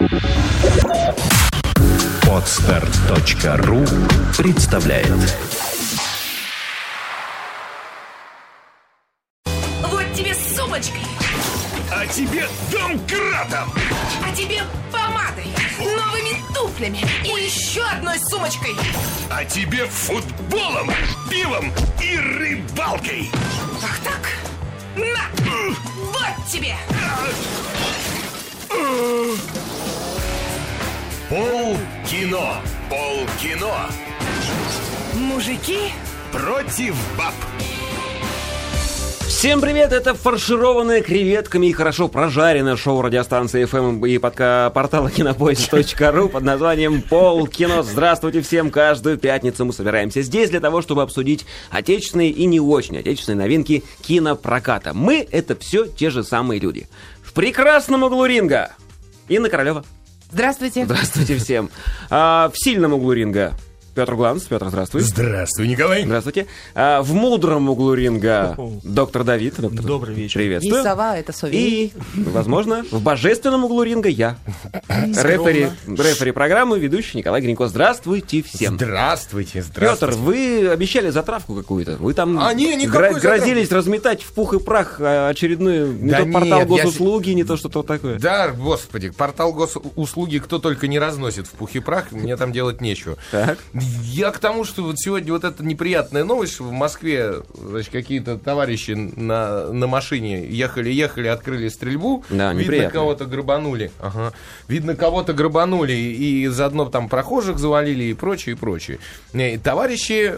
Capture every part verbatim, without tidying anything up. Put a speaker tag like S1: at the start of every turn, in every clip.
S1: Подстер точка ру представляет.
S2: Вот тебе с сумочкой.
S3: А тебе домкратом.
S2: А тебе помадой, новыми туфлями и еще одной сумочкой.
S3: А тебе футболом, пивом и рыбалкой.
S2: Ах так? На! Вот тебе!
S3: Полкино. Полкино.
S2: Мужики
S3: Против баб.
S4: Всем привет, это фаршированная креветками и хорошо прожаренное шоу радиостанции эф эм и подка портала кинопоиск точка ру под названием «Полкино». Здравствуйте всем, каждую пятницу мы собираемся здесь для того, чтобы обсудить отечественные и не очень отечественные новинки кинопроката. Мы — это все те же самые люди. В прекрасном углу ринга Инна Королева.
S2: Здравствуйте.
S4: Здравствуйте всем. А, в сильном углу ринга Петр Гланс. Петр, здравствуй.
S3: Здравствуй, Николай.
S4: Здравствуйте. А, в мудром углу ринга доктор Давид. Доктор,
S5: добрый вечер.
S4: Приветствую.
S2: Не сова, это совесть.
S4: И, возможно, в божественном углу ринга я. Рефери, рефери программы, ведущий Николай Гринько. Здравствуйте всем.
S3: Здравствуйте, здравствуйте.
S4: Петр, вы обещали затравку какую-то. Вы там
S3: а, не,
S4: гро- грозились разметать в пух и прах очередную не
S3: да
S4: то портал
S3: нет,
S4: госуслуги,
S3: я...
S4: не то что-то такое.
S3: Да, господи, портал госуслуги кто только не разносит в пух и прах, мне там делать нечего.
S4: Так.
S3: Я к тому, что вот сегодня вот эта неприятная новость, что в Москве, значит, какие-то товарищи на, на машине ехали-ехали, открыли стрельбу.
S4: Да,
S3: видно,
S4: неприятно.
S3: кого-то грабанули. Ага. Видно, кого-то грабанули и заодно там прохожих завалили и прочее, и прочее. И товарищи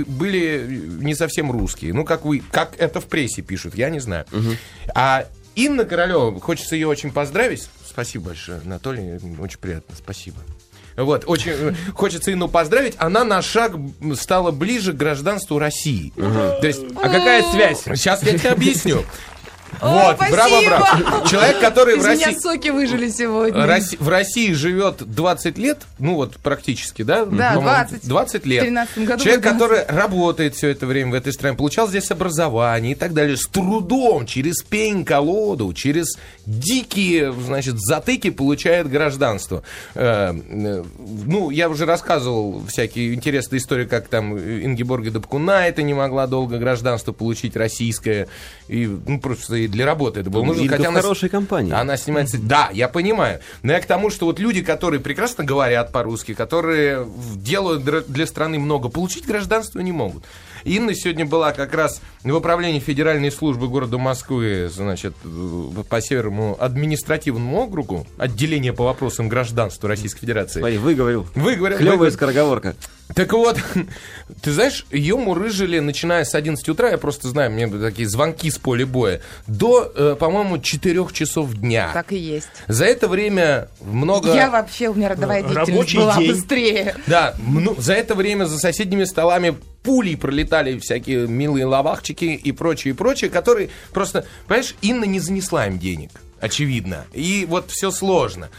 S3: были не совсем русские. Ну, как вы, как это в прессе пишут, я не знаю. Угу. А Инна Королева, хочется ее очень поздравить. Спасибо большое, Анатолий, очень приятно, спасибо. Вот, очень хочется Инну поздравить. Она на шаг стала ближе к гражданству России.
S4: Угу.
S3: То есть,
S4: а какая связь?
S3: Сейчас я тебе объясню.
S2: О,
S3: вот,
S2: спасибо!
S3: браво, браво. Человек, который
S2: Из
S3: в России...
S2: меня соки выжили сегодня.
S3: Росси... В России живет двадцать лет, ну вот практически, да?
S2: Да, двадцать.
S3: двадцать лет.
S2: В тринадцатом году
S3: Человек,
S2: был
S3: который работает все это время в этой стране, получал здесь образование и так далее, с трудом, через пень-колоду, через дикие, значит, затыки получает гражданство. Э, э, ну, я уже рассказывал всякие интересные истории, как там Ингеборга Дапкунайте не могла долго гражданство получить российское, и, ну, просто и для работы это было нужно.
S4: Илька
S3: Хотя
S4: в
S3: она,
S4: хорошей компании.
S3: Она снимается... Да, я понимаю. Но я к тому, что вот люди, которые прекрасно говорят по-русски, которые делают для страны много, получить гражданство не могут. Инна сегодня была как раз в управлении Федеральной службы города Москвы, значит, по Северному административному округу, отделение по вопросам гражданства Российской Федерации.
S4: Смотри, выговорил.
S3: Выговорил.
S4: Клевая
S3: выговорил.
S4: скороговорка.
S3: Так вот, ты знаешь, ее мурыжили, начиная с одиннадцати утра, я просто знаю, мне такие звонки с поля боя, до, э, по-моему, четырёх часов дня.
S2: Так и есть.
S3: За это время много...
S2: Я вообще, у меня родовая деятельность
S5: Рабочий
S2: была
S5: день.
S2: быстрее.
S3: Да, ну, за это время за соседними столами пулей пролетали всякие милые лавахчики и прочее, и прочее, которые просто, понимаешь, Инна не занесла им денег, очевидно. И вот все сложно.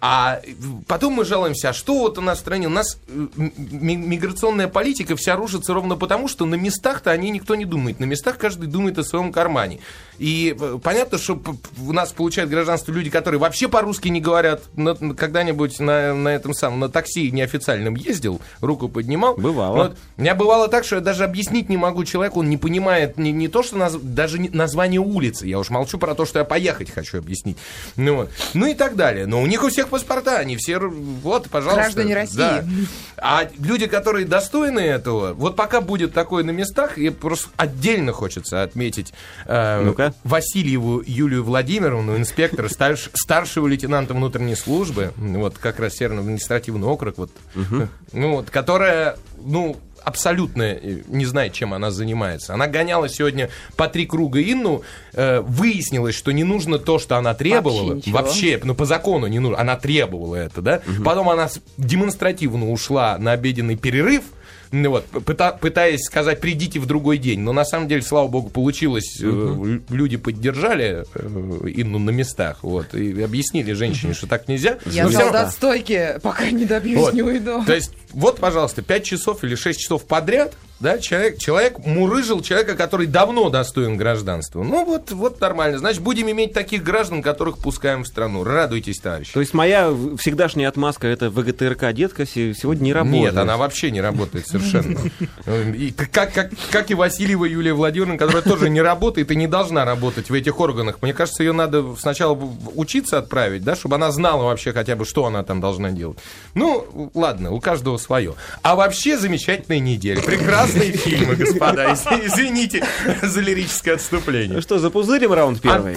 S3: А потом мы жалуемся, а что вот у нас в стране? У нас миграционная политика вся рушится ровно потому, что на местах-то о ней никто не думает. На местах каждый думает о своем кармане. И понятно, что у нас получают гражданство люди, которые вообще по-русски не говорят. Когда-нибудь на, на этом самом, на такси неофициальном ездил, руку поднимал.
S4: Бывало.
S3: Вот. У меня бывало так, что я даже объяснить не могу человеку, он не понимает не, не то, что наз... даже не, название улицы. Я уж молчу про то, что я поехать хочу объяснить. Ну, вот. Ну и так далее. Но у них у всех паспорта, они все, вот, пожалуйста.
S2: Граждане России.
S3: Да. А люди, которые достойны этого, вот пока будет такое на местах, и просто отдельно хочется отметить э,
S4: Ну-ка.
S3: Васильеву Юлию Владимировну, инспектора, старш, старшего лейтенанта внутренней службы, вот как раз Северный административный округ, вот, угу. ну, вот, которая, ну, абсолютно не знает, чем она занимается. Она гоняла сегодня по три круга Инну, э, выяснилось, что не нужно то, что она требовала.
S2: Вообще,
S3: Вообще, ну по закону не нужно. Она требовала это, да? Угу. Потом она демонстративно ушла на обеденный перерыв, ну, вот, пыта, пытаясь сказать, придите в другой день. Но на самом деле, слава богу, получилось. Угу. Э, люди поддержали э, Инну на местах. Вот, и объяснили женщине, что так нельзя.
S2: Я солдат стойки, пока не добьюсь, вот. Не уйду.
S3: То есть, вот, пожалуйста, пять часов или шесть часов подряд Да, человек, человек мурыжил человека, который давно достоин гражданства. Ну вот, вот нормально. Значит, будем иметь таких граждан, которых пускаем в страну. Радуйтесь, товарищи.
S4: То есть моя всегдашняя отмазка, это ВГТРК-детка, сегодня не работает?
S3: Нет, она вообще не работает совершенно. И как, как, как и Васильева Юлия Владимировна, которая тоже не работает и не должна работать в этих органах. Мне кажется, ее надо сначала учиться отправить, да, чтобы она знала вообще хотя бы, что она там должна делать. Ну, ладно, у каждого свое. А вообще замечательная неделя. Прекрасные фильмы, господа. Извините за лирическое отступление.
S4: Ну что, запузырим раунд первый?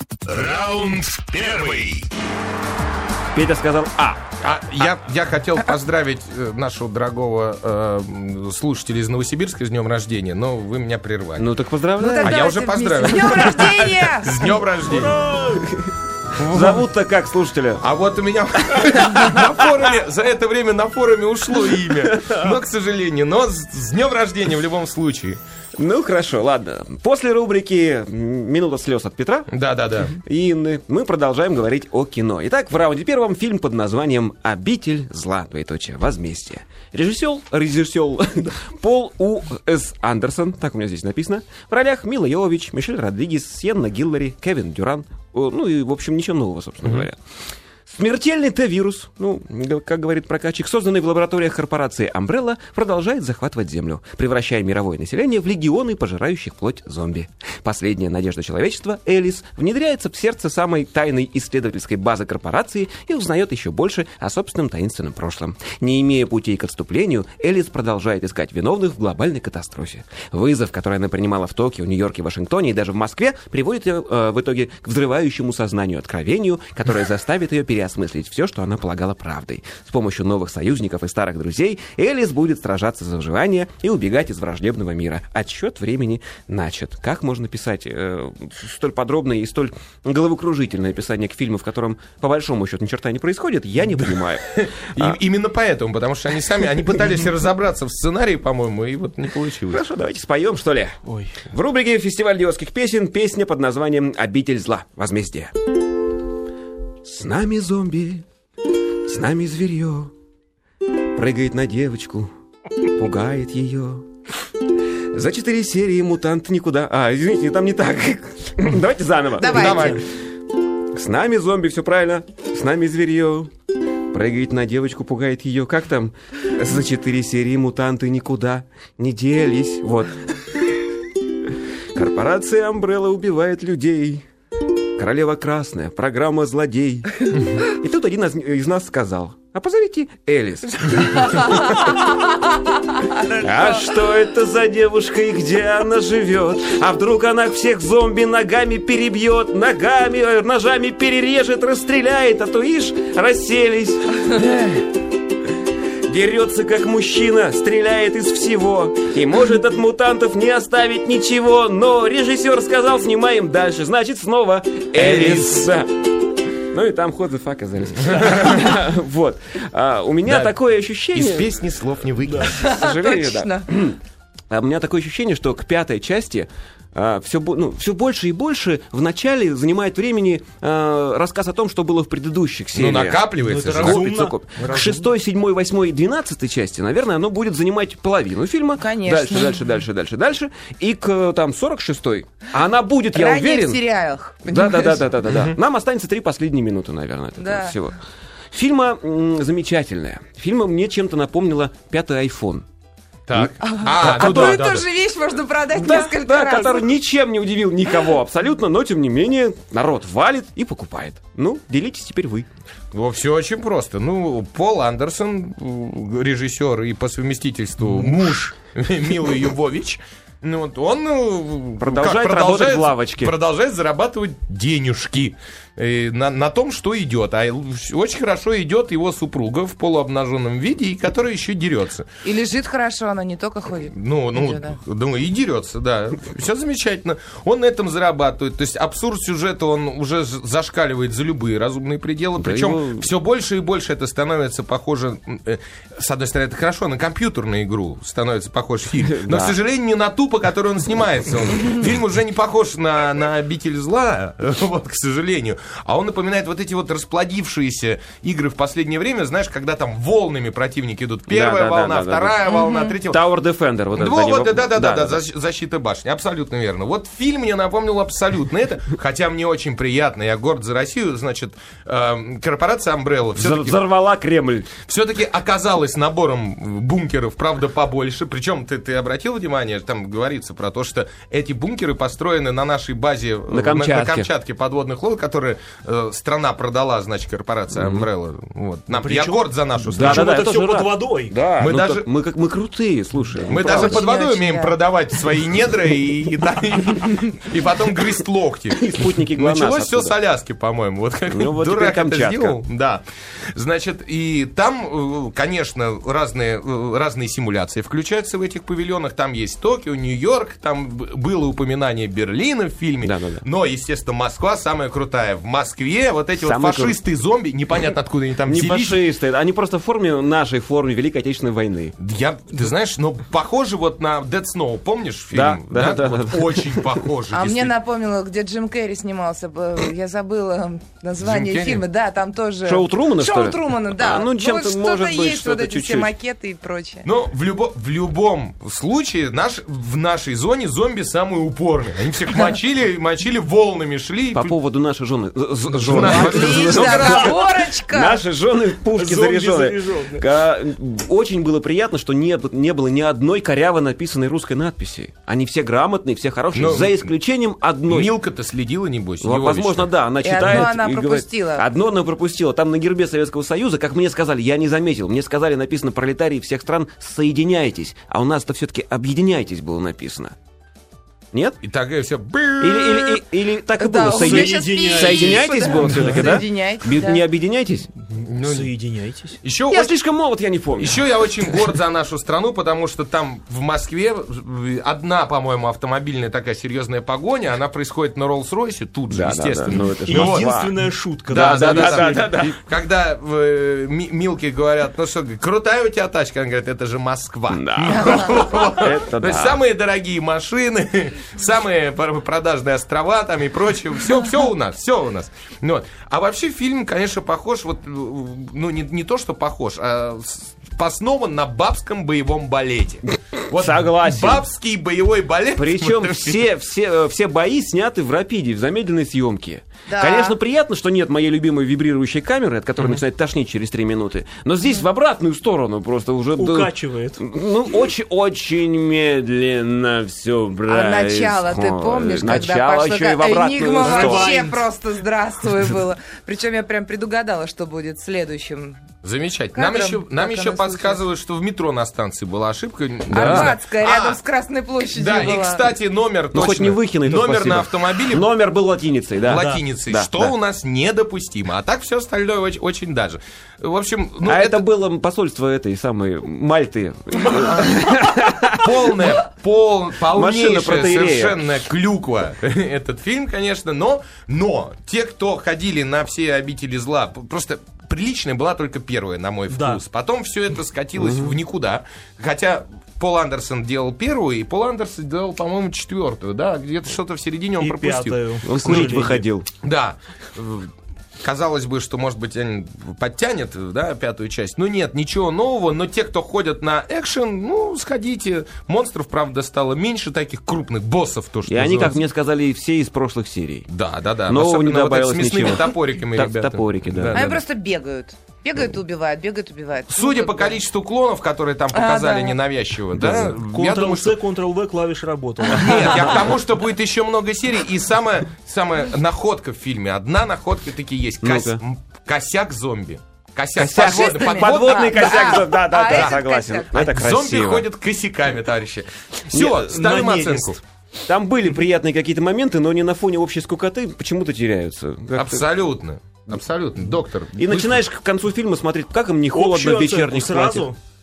S1: Раунд первый.
S4: Петя сказал А.
S3: А, я, я хотел поздравить э, нашего дорогого э, слушателя из Новосибирска с днем рождения, но вы меня прервали.
S4: Ну так
S2: Ну,
S4: поздравляю.
S3: А я уже поздравил.
S2: С днем рождения!
S3: С днем рождения!
S4: Зовут-то как слушателя?
S3: А вот у меня на форуме, за это время на форуме ушло имя. Но, к сожалению, но с, с днем рождения в любом случае.
S4: Ну, хорошо, ладно. После рубрики «Минута слез от Петра»
S3: Да-да-да.
S4: и Инны мы продолжаем говорить о кино. Итак, в раунде первом фильм под названием «Обитель зла», двоеточие, возмездие. Режиссер, режиссер Пол У. С. Андерсон, так у меня здесь написано. В ролях Мила Йовович, Мишель Родригес, Сиенна Гиллари, Кевин Дюран. Ну и, в общем, ничего нового, собственно mm-hmm. говоря. Смертельный Т-вирус, ну, как говорит прокатчик, созданный в лабораториях корпорации Umbrella, продолжает захватывать Землю, превращая мировое население в легионы пожирающих плоть зомби. Последняя надежда человечества, Элис, внедряется в сердце самой тайной исследовательской базы корпорации и узнает еще больше о собственном таинственном прошлом. Не имея путей к отступлению, Элис продолжает искать виновных в глобальной катастрофе. Вызов, который она принимала в Токио, Нью-Йорке, Вашингтоне и даже в Москве, приводит ее э, в итоге к взрывающему сознанию откровению, которое заставит ее переосмыслить осмыслить все, что она полагала правдой. С помощью новых союзников и старых друзей Элис будет сражаться за выживание и убегать из враждебного мира. Отсчет времени начат. Как можно писать э, столь подробное и столь головокружительное описание к фильму, в котором, по большому счету, ни черта не происходит, я не понимаю.
S3: Именно поэтому, потому что они сами, они пытались разобраться в сценарии, по-моему, и вот не получилось.
S4: Хорошо, давайте споем, что ли? В рубрике «Фестиваль идиотских песен» песня под названием «Обитель зла. Возмездие». С нами зомби, с нами зверье, прыгает на девочку, пугает ее. За четыре серии мутант никуда... А, извините, там не так. Давайте заново.
S2: Давайте.
S3: Давай.
S4: С нами зомби, все правильно. С нами зверье, прыгает на девочку, пугает ее. Как там? За четыре серии мутанты никуда не делись. Вот. Корпорация Umbrella убивает людей. Королева Красная, программа «Злодей». И тут один из, из нас сказал: а позовите Элис. А что это за девушка и где она живет? А вдруг она всех зомби ногами перебьет, ногами, ножами перережет, расстреляет, а то, ишь, расселись. Дерется как мужчина, стреляет из всего и может от мутантов не оставить ничего. Но режиссер сказал: снимаем дальше, значит снова Элис. Ну и там ход the fuck оказались. Вот. У меня такое ощущение...
S3: Из песни слов не выкинешь.
S4: К сожалению, да.
S2: Точно.
S4: У меня такое ощущение, что к пятой части Uh, все, ну, все больше и больше в начале занимает времени uh, рассказ о том, что было в предыдущих сериях.
S3: Ну, накапливается.
S4: Ну, разумно. К шестой, седьмой, восьмой, двенадцатой части, наверное, оно будет занимать половину фильма.
S2: Конечно.
S4: Дальше, дальше, дальше, дальше, дальше. И к там сорок шестой. А она будет, я
S2: Ранее
S4: уверен.
S2: в сериалах.
S4: Да, да, да, да, да, да, да. Нам останется три последние минуты, наверное, от этого
S2: Да.
S4: всего. Фильма м- замечательная. Фильма мне чем-то напомнила пятый айфон.
S3: Так. А, ну
S2: Одну
S3: да,
S2: и
S3: да,
S2: ту
S3: да.
S2: же вещь можно продать
S4: Да,
S2: несколько
S4: да,
S2: раз.
S4: который ничем не удивил никого абсолютно, но тем не менее народ валит и покупает. Ну, делитесь теперь вы.
S3: Ну, все очень просто. Ну, Пол Андерсон, режиссер и по совместительству муж Милы Йовович, ну, вот он ну,
S4: Продолжает
S3: как,
S4: работать в лавочке.
S3: Продолжает зарабатывать денежки э, на, на том, что идет. А очень хорошо идет его супруга в полуобнаженном виде, и которая еще дерется.
S2: И лежит хорошо, она не только ходит.
S3: Ну, ну,
S2: Идет, да.
S3: ну, и дерется, да. Все замечательно. Он на этом зарабатывает. То есть абсурд сюжета, он уже зашкаливает за любые разумные пределы.
S4: Да
S3: Причем
S4: его...
S3: все больше и больше это становится похоже, э, с одной стороны, это хорошо, на компьютерную игру становится похож фильм. Но,
S4: Да.
S3: к сожалению, не на ту, группа, которой он снимается. Он, фильм уже не похож на, на «Обитель зла», вот, к сожалению. А он напоминает вот эти вот расплодившиеся игры в последнее время, знаешь, когда там волнами противники идут. Первая
S4: да, да,
S3: волна,
S4: да, да,
S3: вторая
S4: да.
S3: волна,
S4: Угу.
S3: третья.
S4: Tower Defender. Вот,
S3: Вот, вот, да, да, да, да,
S4: да,
S3: да, защита башни. Абсолютно верно. Вот фильм мне напомнил абсолютно это, хотя мне очень приятно, я горд за Россию, значит, э, корпорация Umbrella все-таки...
S4: Взорвала Кремль.
S3: Все-таки оказалась набором бункеров, правда, побольше. Причем ты, ты обратил внимание, там говорится про то, что эти бункеры построены на нашей базе
S4: на Камчатке,
S3: на, на Камчатке подводных лодок, которые э, страна продала, значит, корпорация Umbrella. Mm-hmm. Вот. Нам, я горд за нашу страну.
S5: Да, да, да,
S6: это все под
S4: рад.
S6: водой.
S4: Да,
S3: мы,
S4: ну,
S3: даже,
S4: мы, как, мы крутые, слушай.
S3: мы
S4: ну,
S3: даже
S2: очень,
S3: под водой
S2: очень,
S3: умеем
S2: да.
S3: продавать свои недра и, и, и, и потом грызть локти.
S4: И спутники ГЛОНАСС.
S3: Началось все
S4: оттуда.
S3: с Аляски, по-моему. Вот как
S4: Ну, вот
S3: дурак
S4: теперь
S3: это
S4: Камчатка.
S3: сделал. Да. Значит, и там, конечно, разные, разные симуляции включаются в этих павильонах. Там есть Токио, Нью-Йорк, там было упоминание Берлина в фильме.
S4: Да, да, да.
S3: Но, естественно, Москва самая крутая. В Москве вот эти
S4: Самый
S3: вот фашисты-зомби, непонятно откуда они там
S4: Не
S3: взялись.
S4: фашисты, они просто в форме, нашей форме Великой Отечественной войны.
S3: Я, ты знаешь, ну, похоже вот на Dead Snow, помнишь фильм?
S4: Да, да, да,
S3: Вот
S4: да.
S3: очень похоже.
S2: А мне
S3: действительно.
S2: напомнило, где Джим Керри снимался. б- Я забыла название
S3: Джим Керри?
S2: фильма. Да, там тоже...
S4: Шоу Трумана, что
S2: Шоу
S4: ли?
S2: Трумана, да.
S4: А, ну, чем-то
S2: вот
S4: может
S2: что-то
S4: быть,
S2: есть,
S4: что-то
S2: вот эти все
S4: чуть-чуть.
S2: макеты и прочее.
S3: Но в, любо, в любом случае наш, в нашей зоне зомби самые упорные. Они всех мочили, мочили, волнами шли.
S4: По поводу нашей жены. з- жены.
S2: Отлично, разборочка!
S4: Наши жены пушки
S6: Зомби
S4: заряженные.
S6: заряженные.
S4: Ка- Очень было приятно, что не, не было ни одной коряво написанной русской надписи. Они все грамотные, все хорошие,
S3: Ну,
S4: за исключением одной.
S3: Милка-то следила, небось.
S4: Во- Возможно, да, она
S2: И
S4: читает.
S2: одно она
S4: и говорит-
S2: пропустила.
S4: Одно она пропустила. Там на гербе Советского Союза, как мне сказали, я не заметил. Мне сказали, написано «Пролетарии всех стран, соединяйтесь». А у нас-то все-таки «Объединяйтесь» было написано. Нет?
S3: И так и все.
S4: Или, или, или, или так и
S2: Да,
S4: было?
S2: у меня
S4: Соедин-
S2: щас пип,
S4: Соединяйтесь
S2: да.
S4: было все-таки, да?
S2: Соединяйтесь,
S4: Би-
S2: да.
S4: Не объединяйтесь?
S3: Ну,
S6: Соединяйтесь.
S3: еще,
S4: Я
S3: очень-
S4: слишком молод, я не помню.
S3: еще я очень горд за нашу страну, потому что там в Москве одна, по-моему, автомобильная такая серьезная погоня, она происходит на Роллс-Ройсе тут же,
S4: Да, да, да.
S3: естественно.
S4: Ну, это же
S3: Ну вот.
S6: Единственная шутка.
S3: Да, да, да, да,
S4: да,
S3: да,
S4: да.
S3: Когда э, Ми- Милке говорят, ну что, крутая у тебя тачка, она говорит, это же Москва.
S4: Да. Это
S3: То есть
S4: да.
S3: самые дорогие машины, самые пр- продажные острова там и прочее. Все, все у нас, все у нас. Ну вот. А вообще фильм, конечно, похож, вот, ну не, не то, что похож, а с- основан на бабском боевом балете. Вот
S4: Согласен.
S3: Бабский боевой балет.
S4: Причем
S3: Вот,
S4: все, все, все бои сняты в рапиде, в замедленной съемке.
S2: Да.
S4: Конечно, приятно, что нет моей любимой вибрирующей камеры, от которой начинает тошнить через три минуты. Но здесь в обратную сторону просто уже...
S6: Укачивает.
S4: Ну, очень-очень медленно все
S2: А
S4: происходит.
S2: начало, ты помнишь, когда
S4: Начало
S2: пошло,
S4: еще и в
S2: как
S4: обратную
S2: Энигма
S4: сторону.
S2: вообще
S6: Rewind.
S2: просто здравствуй было. Причем я прям предугадала, что будет следующим.
S3: Замечательно. Нам
S2: Кадром,
S3: еще, нам
S2: как
S3: еще
S2: оно
S3: подсказывают, что в метро на станции была ошибка.
S2: Арбатская,
S3: А,
S2: рядом с Красной площадью
S3: Да,
S2: была.
S3: и, кстати, номер
S4: Ну,
S3: точно.
S4: хоть не Выхиной, то
S3: Номер
S4: спасибо.
S3: на автомобиле
S4: Номер был латиницей, да.
S3: латиницей,
S4: Да,
S3: что
S4: да.
S3: у нас недопустимо. А так все остальное очень, очень даже. В общем, ну,
S4: а это...
S3: это,
S4: было посольство этой самой Мальты.
S3: полная, пол, полнейшая
S4: протоиерея.
S3: совершенно клюква этот фильм, конечно. Но, но те, кто ходили на все обители зла, п- просто приличная была только первая, на мой
S6: Да.
S3: вкус. Потом все это скатилось в никуда. Хотя Пол Андерсон делал первую, и Пол Андерсон делал, по-моему, четвертую, да, где-то что-то в середине он
S6: И
S3: пропустил.
S6: пятую.
S4: Он
S6: к
S4: курить
S6: сожалению.
S4: выходил.
S3: Да. Казалось бы, что, может быть, они подтянет, да, пятую часть. Ну, нет, ничего нового, но те, кто ходят на экшен, ну, сходите. Монстров, правда, стало меньше, таких крупных боссов, то, что
S4: И они, как
S3: называется.
S4: мне сказали, все из прошлых серий.
S3: Да, да, да.
S4: Нового не
S3: Особенно вот эти
S4: добавилось
S3: с мясными
S4: ничего.
S3: топориками,
S4: Так,
S3: ребята.
S4: топорики, да.
S2: Они просто бегают. Бегают и убивают, бегают и убивают.
S3: Судя
S2: Ну,
S3: по
S2: как бы.
S3: количеству клонов, которые там показали
S2: А, да.
S3: ненавязчиво, да, я думаю,
S6: Ctrl-C,
S3: что...
S6: Ctrl-V клавиш работала.
S3: Нет, я к тому, что будет еще много серий. И самая, самая находка в фильме, одна находка таки есть. Кос-
S4: Ну-ка.
S3: м, Косяк зомби. Косяк,
S4: Косяк.
S3: подводный,
S2: Фашистами?
S4: Подводный
S2: А,
S4: косяк,
S2: да.
S4: да, да,
S2: А
S4: да,
S2: этот
S4: согласен.
S2: косяк.
S4: Это красиво.
S3: Зомби ходят косяками, товарищи. Все,
S6: Нет,
S3: ставим
S6: на нерест.
S3: оценку.
S4: Там были приятные какие-то моменты, но не на фоне общей скукоты почему-то теряются. Как-то-
S3: Абсолютно. Абсолютно. Доктор.
S4: И начинаешь к концу фильма смотреть, как им не холодно
S6: Общую
S4: в вечерних
S6: оценку
S4: платьях.
S6: сразу.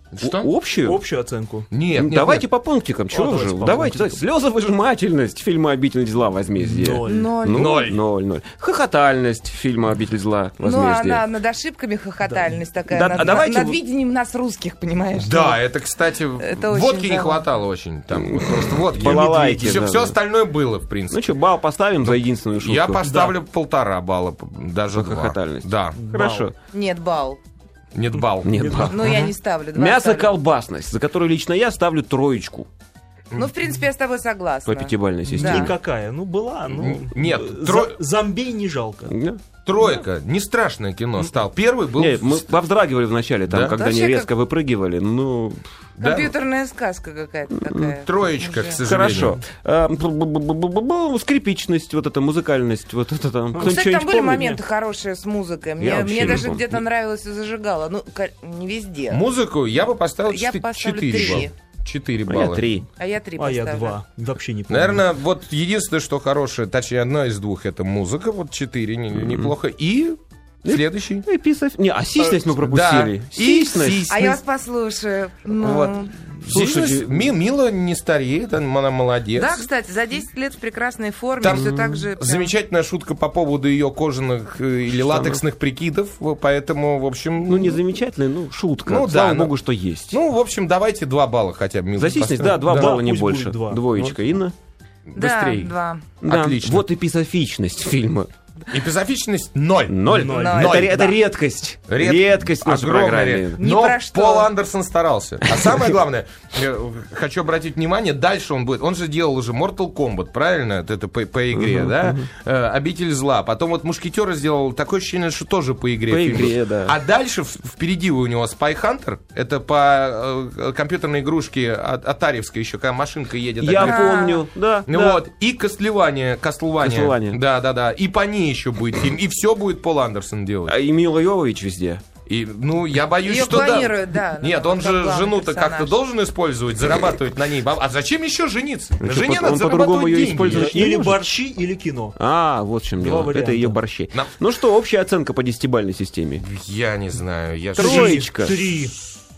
S3: Что?
S4: О- Общую?
S6: Общую оценку.
S3: Нет,
S4: Ну,
S3: нет,
S4: давайте
S3: нет.
S4: по пунктикам. Чего
S6: давайте
S4: же?
S6: по
S4: Давайте.
S6: пунктикам.
S4: Слезовыжимательность фильма «Обитель зла» возмездие.
S6: Ноль.
S2: Ноль.
S4: Ну,
S3: Ноль.
S4: Ноль, ноль. Хохотальность фильма «Обитель зла»
S2: Ну,
S4: возмездие.
S2: она над ошибками хохотальность такая.
S4: Да,
S2: над,
S4: а давайте
S2: над
S4: вы-
S2: видением нас русских, понимаешь?
S3: Да, это, кстати,
S2: Это очень
S3: водки не
S2: забавно.
S3: хватало очень. Там вот просто водки.
S4: Балалайки,
S3: Все,
S4: да,
S3: все
S4: да.
S3: остальное было, в принципе.
S4: Ну что, балл поставим за единственную шутку?
S3: Я поставлю полтора балла, даже
S4: За
S3: два.
S4: хохотальность.
S3: Да.
S4: Хорошо.
S2: Нет, бал.
S3: Нет балл.
S4: Нет, балл.
S2: Ну, я не ставлю. Два ставлю.
S4: Мясо-колбасность, за которую лично я ставлю троечку
S2: Ну, в принципе, я с тобой согласна.
S4: по пятибалльной
S2: Да.
S4: системе.
S6: Никакая. Ну, была, ну...
S3: Н- нет,
S6: э,
S3: тро-
S6: за- Зомбей не жалко.
S4: Да.
S3: Тройка. Не страшное кино стал. Первый был...
S4: Не, мы повздрагивали вначале, там,
S3: Да?
S4: когда
S2: Вообще
S4: они
S2: как-
S4: резко выпрыгивали. Ну,
S3: Да.
S2: Компьютерная сказка какая-то такая.
S3: Троечка,
S2: Уже.
S3: к сожалению.
S4: хорошо. А, бу-бу-бу-бу-бу-бу, скрипичность, вот эта музыкальность, вот это там.
S2: Ну,
S4: Кто-нибудь
S2: кстати, там
S4: что-нибудь
S2: были
S4: помнит?
S2: моменты хорошие с музыкой.
S4: Я
S2: Мне,
S4: вообще
S2: мне
S4: не
S2: даже
S4: помню.
S2: где-то нравилось и зажигало. Ну, ка- не везде.
S3: Музыку я бы поставил
S2: Я
S3: четы-
S2: поставлю
S3: четыре
S2: три.
S3: балла. четыре
S4: А
S3: балла.
S4: я три.
S2: А я три
S6: А
S2: поставлю.
S6: я два. Вообще не помню.
S3: Наверное, вот единственное, что хорошее, точнее, одно из двух, это музыка, вот четыре, не- неплохо. И следующий.
S4: Ну, и писать. Не, а сисьность мы пропустили.
S3: Да. И
S4: Сисьность.
S3: сисьность.
S2: А я вас послушаю. Ну,
S3: Вот.
S4: Слушайте,
S3: Слушайте, Ми- Мила не стареет, она молодец.
S2: Да, кстати, за десять лет в прекрасной форме.
S3: Там
S2: все так же. прям-
S3: Замечательная шутка по поводу ее кожаных э, или латексных прикидов, поэтому, в общем...
S4: Ну, не замечательная, ну, шутка.
S3: Ну,
S4: Слава
S3: да, ну-
S4: богу, что есть.
S3: Ну, в общем, давайте два балла хотя бы. Милу
S4: За сисьность,
S3: поставим.
S4: да, два балла, не
S6: пусть
S4: больше.
S6: будет два.
S4: Двоечка. Инна?
S2: Да,
S3: Быстрей.
S2: два.
S4: Да.
S3: Отлично.
S4: Вот эпизофичность фильма.
S3: Эпизофичность ноль.
S4: Ноль.
S6: Ноль.
S4: Это,
S3: Ноль,
S4: это
S3: да.
S4: редкость.
S3: Ред-
S4: Редкость в нашей
S3: огромная
S4: программе.
S3: редкость.
S2: Ни
S3: Но
S2: про что.
S3: Пол Андерсон старался. А самое главное, я хочу обратить внимание, дальше он будет. Он же делал уже Mortal Kombat, правильно? Это по, по игре, да? Э, Обитель зла. Потом вот Мушкетера сделал такое ощущение, что тоже по игре.
S4: По
S3: фильм.
S4: игре, да.
S3: А дальше в- впереди у него Spy Hunter. Это по э, компьютерной игрушке а- атаревской еще, когда машинка едет.
S4: Я
S3: такая.
S4: помню, да.
S3: Ну
S4: да.
S3: вот, и Костлевание, Костлвания.
S4: Castlevania.
S3: Да, да, да. И по ней еще будет фильм. И все будет Пол Андерсон делать.
S4: А и Мила Йовович везде.
S3: И, ну, я боюсь,
S2: Её
S3: что
S2: планируют, да.
S3: Нет,
S2: ну,
S3: он
S2: как
S3: же
S2: главный
S3: жену-то
S2: персонаж.
S3: как-то должен использовать, зарабатывать на ней. баб- А зачем еще жениться? На
S4: Ну,
S3: жене
S4: что,
S3: надо
S4: он по-другому
S3: зарабатывать
S4: её
S3: деньги.
S4: использовать не
S6: Или
S4: может?
S6: борщи, или кино.
S4: А, вот в чем
S6: Два
S4: дело.
S6: варианта.
S4: Это ее борщи.
S3: На-
S4: Ну что, общая оценка по десятибалльной системе?
S3: Я не знаю. Я...
S4: Троечка.
S6: Три.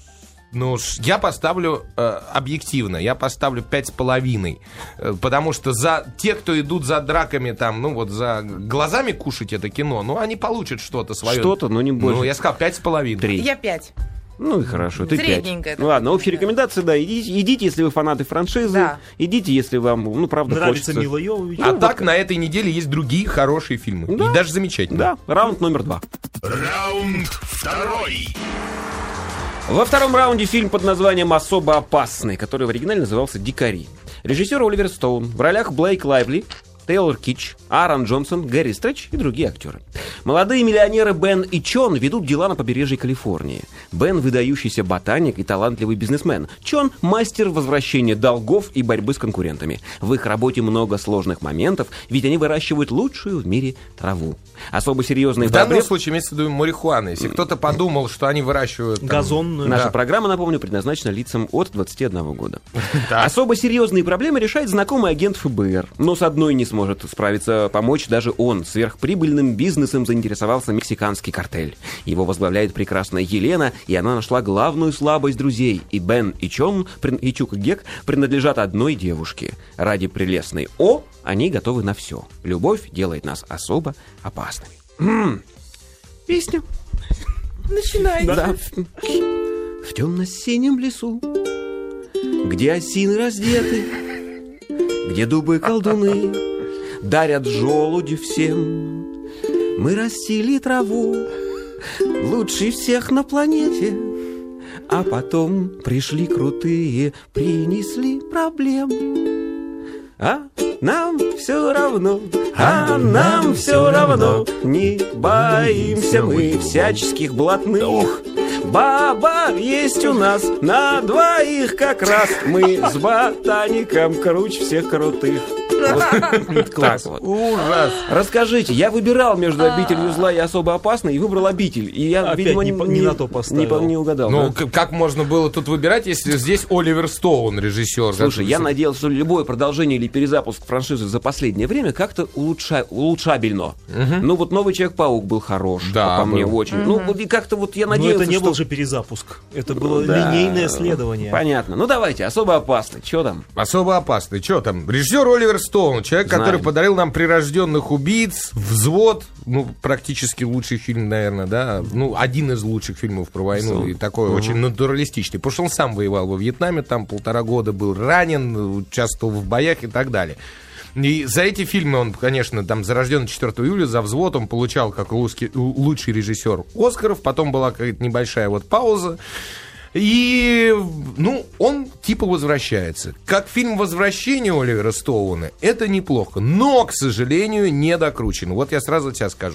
S3: Ну, ш- я поставлю э, объективно, я поставлю пять с половиной. Э, потому что за те, кто идут за драками, там, ну вот за глазами кушать это кино, ну, они получат что-то свое.
S4: Что-то, но не больше.
S3: Ну, я сказал, пять с половиной.
S4: Три.
S2: Я пять.
S4: Ну и хорошо, ты пять.
S2: Средненькая
S4: Ну ладно,
S2: такая,
S4: общие
S2: да.
S4: рекомендации, да. Идите, идите, если вы фанаты франшизы.
S2: Да.
S4: Идите, если вам, ну, правда,
S6: Нравится
S4: хочется.
S6: Мила Йовович.
S3: А так на этой неделе есть другие хорошие фильмы.
S4: Да.
S3: И даже замечательные.
S4: Да, раунд номер два.
S1: Раунд второй.
S4: Во втором раунде фильм под названием «Особо опасный», который в оригинале назывался «Дикари». Режиссер Оливер Стоун, в ролях Блейк Лайвли, Тейлор Китч, Аарон Джонсон, Гэри Стретч и другие актеры. Молодые миллионеры Бен и Чон ведут дела на побережье Калифорнии. Бен – выдающийся ботаник и талантливый бизнесмен. Чон – мастер возвращения долгов и борьбы с конкурентами. В их работе много сложных моментов, ведь они выращивают лучшую в мире траву. Особо серьезные
S3: В данном
S4: проблемы...
S3: случае имеется в виду марихуана. Если кто-то подумал, что они выращивают... там,
S6: Газонную.
S4: Наша
S3: Да.
S4: программа, напомню, предназначена лицам от двадцати одного года. Особо серьезные проблемы решает знакомый агент эф бэ эр. Но с одной не сможет справиться, помочь даже он. Сверхприбыльным бизнесом заинтересовался мексиканский картель. Его возглавляет прекрасная Елена, и она нашла главную слабость друзей. И Бен, и Чон, прин- и Чук, и Гек принадлежат одной девушке. Ради прелестной О они готовы на все. Любовь делает нас особо опасными. М. Песня.
S2: Начинай.
S4: Да. В темно-синем лесу, где осины раздеты, где дубы колдуны дарят желуди всем, мы растили траву, лучший всех на планете, а потом пришли крутые, принесли проблем. А нам все равно, а нам все равно, не боимся мы всяческих блатных. Баба есть у нас на двоих как раз, мы с ботаником круче всех крутых. Так вот.
S3: Ужас.
S4: Расскажите, я выбирал между «Обителью зла» и «Особо опасной» и выбрал «Обитель». И я,
S6: Опять
S4: видимо,
S6: не по- не на то поставил.
S4: не, по- не угадал.
S3: Ну,
S4: да?
S3: к- как можно было тут выбирать, если здесь Оливер Стоун, режиссер?
S4: Слушай, я надеялся, что любое продолжение или перезапуск франшизы за последнее время как-то улучша... улучшабельно. Ну, вот «Новый Человек-паук» был хорош,
S3: Да,
S4: по мне
S3: был.
S4: очень. Ну, вот и как-то вот я
S6: Но
S4: надеялся,
S6: это не
S4: что...
S6: был же перезапуск. Это было
S4: Да.
S6: линейное следование.
S4: Понятно. Ну, давайте, «Особо опасный». Что там?
S3: Особо опасный. Что там? Режиссер Оливер Стоун, человек,
S4: Знаем.
S3: который подарил нам «Прирожденных убийц», «Взвод», ну, практически лучший фильм, наверное, да, ну, один из лучших фильмов про войну, и такой очень натуралистичный. Потому что он сам воевал во Вьетнаме, там полтора года был ранен, участвовал в боях и так далее. И за эти фильмы он, конечно, там «Зарожденный четвёртого июля», «За взвод» он получал как лучший, лучший режиссер Оскаров, потом была какая-то небольшая вот пауза. И, ну, он типа возвращается. Как фильм «Возвращение» Оливера Стоуна, это неплохо, но, к сожалению, не докручено. Вот я сразу тебе скажу.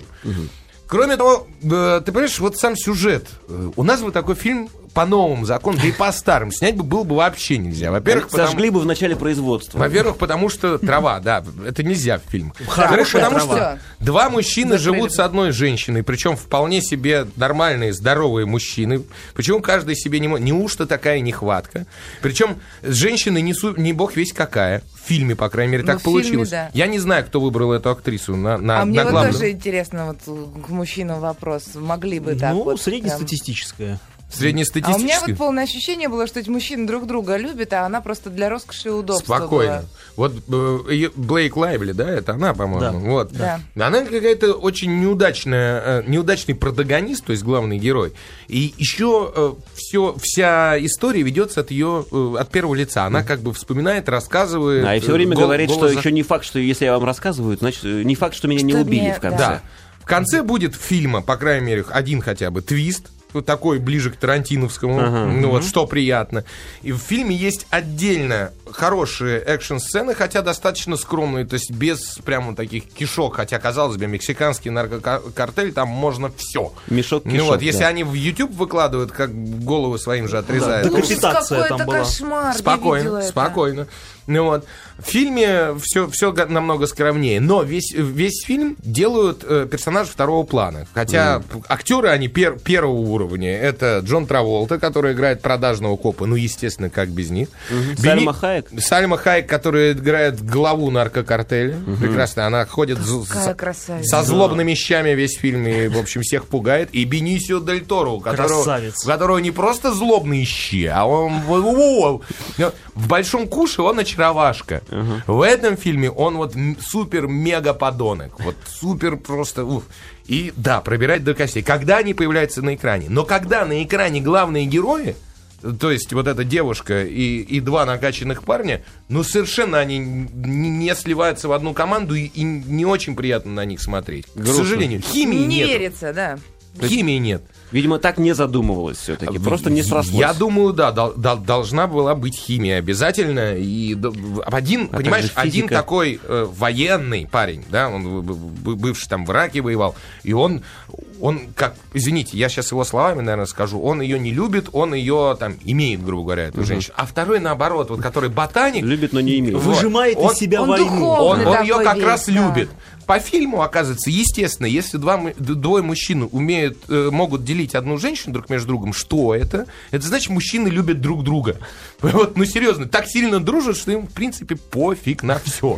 S3: Кроме того, э, ты понимаешь, вот сам сюжет. Э, У нас бы такой фильм по новым законам, да и по старым снять бы было бы вообще нельзя. Во-первых, потому...
S4: Сожгли бы в начале производства.
S3: Во-первых, потому что трава, да, это нельзя в фильм.
S6: Хорошая
S3: Во-вторых, потому
S6: трава.
S3: что два мужчины
S2: Закрыли.
S3: живут с одной женщиной, причем вполне себе нормальные, здоровые мужчины. Почему каждый себе не может? Неужто такая нехватка? Причем женщины не, су... не бог весть какая. В фильме, по крайней мере,
S2: Ну,
S3: так
S2: в фильме,
S3: получилось.
S2: да.
S3: Я не знаю, кто выбрал эту актрису на, на,
S2: А
S3: на
S2: мне вот
S3: главную.
S2: тоже интересно, вот к мужчинам вопрос. Могли бы так
S6: Ну,
S2: вот прям-
S6: среднестатистическое.
S2: А у меня
S3: Среднестатистически.
S2: вот полное ощущение было, что эти мужчины друг друга любят, а она просто для роскоши и удобства
S3: Спокойно.
S2: была.
S3: Вот э, её- Блейк Лайвли, да, это она, по-моему.
S6: Да.
S3: Вот.
S2: Да.
S3: Она какая-то очень неудачная, э, неудачный протагонист, то есть главный герой. И еще э, все, вся история ведется от ее, э, от первого лица. Она как бы вспоминает, рассказывает.
S4: Да, и все
S3: э,
S4: время
S3: гол-
S4: говорит, что
S3: голос за-
S4: еще не факт, что если я вам рассказываю, значит, э, не факт, что меня не
S2: Что
S4: убили
S2: мне-
S4: в конце.
S3: Да. В конце будет фильма, по крайней мере, один хотя бы твист. Вот такой ближе к тарантиновскому,
S4: Ага.
S3: ну вот, что приятно. И в фильме есть отдельно хорошие экшн-сцены, хотя достаточно скромные, то есть без прямо таких кишок, хотя, казалось бы, мексиканский наркокартель, там можно все.
S4: Мешок
S3: Ну
S4: кишок,
S3: вот, если
S4: да.
S3: они в YouTube выкладывают, как головы своим же отрезают.
S6: Да,
S3: ну,
S6: Декапитация
S2: Какой-то
S6: там была.
S2: кошмар, я видела
S3: Спокойно,
S2: это.
S3: спокойно. Ну вот. В фильме все, все намного скромнее, но весь, весь фильм делают э, персонажи второго плана. Хотя актеры, они пер- первого уровня. Это Джон Траволта, который играет продажного копа, ну, естественно, как без них. Бени-
S4: Сальма Хайек?
S3: Сальма Хайек, которая играет главу наркокартеля. Прекрасно, она ходит з-
S2: Какая
S3: с-
S2: красавица.
S3: со злобными щами весь фильм, и, в общем, всех пугает. И Бенисио Дель Торо, у которого,
S6: Красавец.
S3: у которого не просто злобные щи, а он во- во- в «Большом куше» он очаровашка. В этом фильме он вот м- супер-мега подонок. Вот супер просто... уф. И да, пробирать до костей. Когда они появляются на экране? Но когда на экране главные герои, то есть вот эта девушка и, и два накачанных парня, ну совершенно они н- не сливаются в одну команду, и, и не очень приятно на них смотреть. К
S4: Грустно.
S3: сожалению, химии
S2: Не
S3: нет.
S2: верится, да.
S3: Химии нет.
S4: Видимо, так не задумывалось все-таки. Просто не срослось.
S3: Я думаю, да, дол- дол- должна была быть химия обязательно. И д- один,
S4: А
S3: понимаешь,
S4: также
S3: один
S4: физика.
S3: такой э, военный парень, да, он б- б- бывший там в Ираке воевал, и он, он как, извините, я сейчас его словами, наверное, скажу, он ее не любит, он ее там имеет, грубо говоря, эту женщину. А второй наоборот, вот который ботаник,
S4: Любит, но не имеет.
S3: Вот.
S6: Выжимает
S3: Он-
S6: из себя
S2: он
S6: войну.
S2: духовный.
S3: он, он ее
S2: такой
S3: как
S2: весь,
S3: раз
S2: да.
S3: любит. По фильму, оказывается, естественно, если два, му- д- двое мужчин умеют, э, могут делить одну женщину друг между другом, что это? Это значит, мужчины любят друг друга. Вот, ну серьезно, так сильно дружат, что им, в принципе, пофиг на все.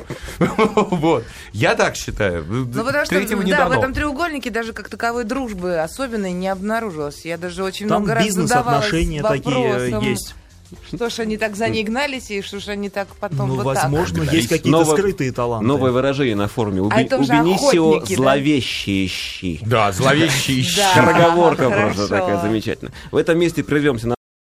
S3: Вот. Я так считаю.
S2: Ну, потому что,
S3: Третьего не
S2: да, в
S3: дано.
S2: этом треугольнике даже как таковой дружбы особенной не обнаружилось. Я даже очень
S6: Там
S2: много раз задавалась
S6: бизнес-отношения такие
S2: вопросом,
S6: есть.
S2: что ж они так за ней гнались, и что ж они так потом
S6: Ну,
S2: вот
S6: возможно,
S2: так.
S6: есть какие-то
S4: Новое-
S6: скрытые таланты.
S4: Новое выражение на форуме. У,
S2: А
S4: Бе-
S2: это
S4: у
S2: уже
S4: Бенисио
S2: охотники, да?
S4: зловещие щи.
S3: Да, зловещие щи.
S2: Да.
S4: Скороговорка
S2: Ага,
S4: просто
S2: хорошо.
S4: такая замечательная. В этом месте прервемся на...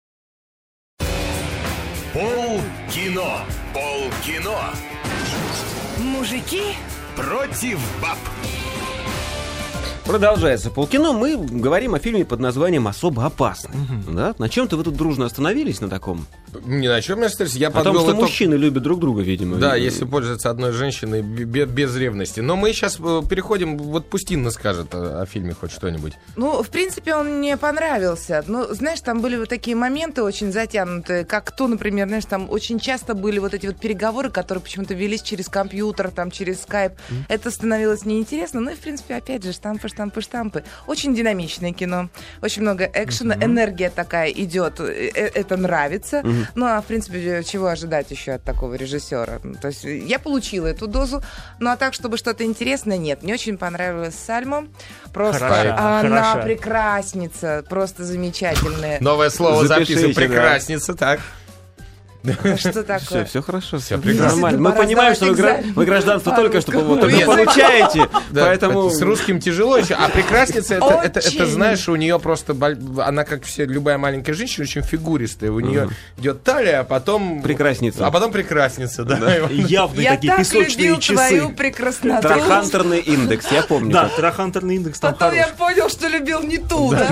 S1: Пол кино. Пол кино.
S2: Мужики,
S1: Против баб.
S4: Продолжается полкино. Мы говорим о фильме под названием «Особо опасный».
S6: Мгм.
S4: Да? На чем-то вы тут дружно остановились на таком?
S3: Ни на чем не остались. Я
S4: О том,
S3: подвел
S4: что
S3: итог.
S4: мужчины любят друг друга, видимо.
S3: Да,
S4: И-
S3: если пользоваться одной женщиной бе- без ревности. Но мы сейчас переходим, вот пусть Инна скажет о, о фильме хоть что-нибудь.
S2: Ну, в принципе, он мне понравился. Ну, знаешь, там были вот такие моменты очень затянутые, как то, например, знаешь, там очень часто были вот эти вот переговоры, которые почему-то велись через компьютер, там, через скайп. Mm. Это становилось неинтересно. Ну и, в принципе, опять же, штампы, штампы, штампы. Очень динамичное кино. Очень много экшена, mm-hmm. энергия такая идет. Это нравится. Mm-hmm. Ну, а, в принципе, чего ожидать еще от такого режиссера? То есть я получила эту дозу. Ну, а так, чтобы что-то интересное, нет. Мне очень понравилась Сальма. Просто
S6: Хороша,
S2: она
S6: хороша.
S2: прекрасница. Просто замечательная.
S3: Новое слово
S4: Запишите,
S3: записывай.
S4: да.
S3: Прекрасница, так.
S2: Что такое?
S4: Все, все хорошо, все
S3: прекрасно.
S4: нормально. Мы
S2: Пора
S4: понимаем, что вы,
S2: сдавать
S4: гра- вы гражданство
S2: экзамен
S4: только что
S2: по
S4: вот,
S3: русскому
S4: только
S3: языку.
S4: получаете,
S3: Да,
S4: поэтому...
S3: с русским тяжело еще. А прекрасница, это, это, это,
S2: Очень.
S3: знаешь, у нее просто... боль- Она, как все, любая маленькая женщина, очень фигуристая. У нее идет талия, а потом...
S4: Прекрасница.
S3: А потом прекрасница, да.
S6: Явные
S2: Я
S6: такие
S2: так
S6: песочные
S2: любил
S6: часы.
S2: твою прекрасноту.
S4: Трахантерный индекс, я помню.
S6: Да,
S4: как.
S6: трахантерный индекс там
S2: Потом я
S6: хороший.
S2: понял, что любил не ту, да?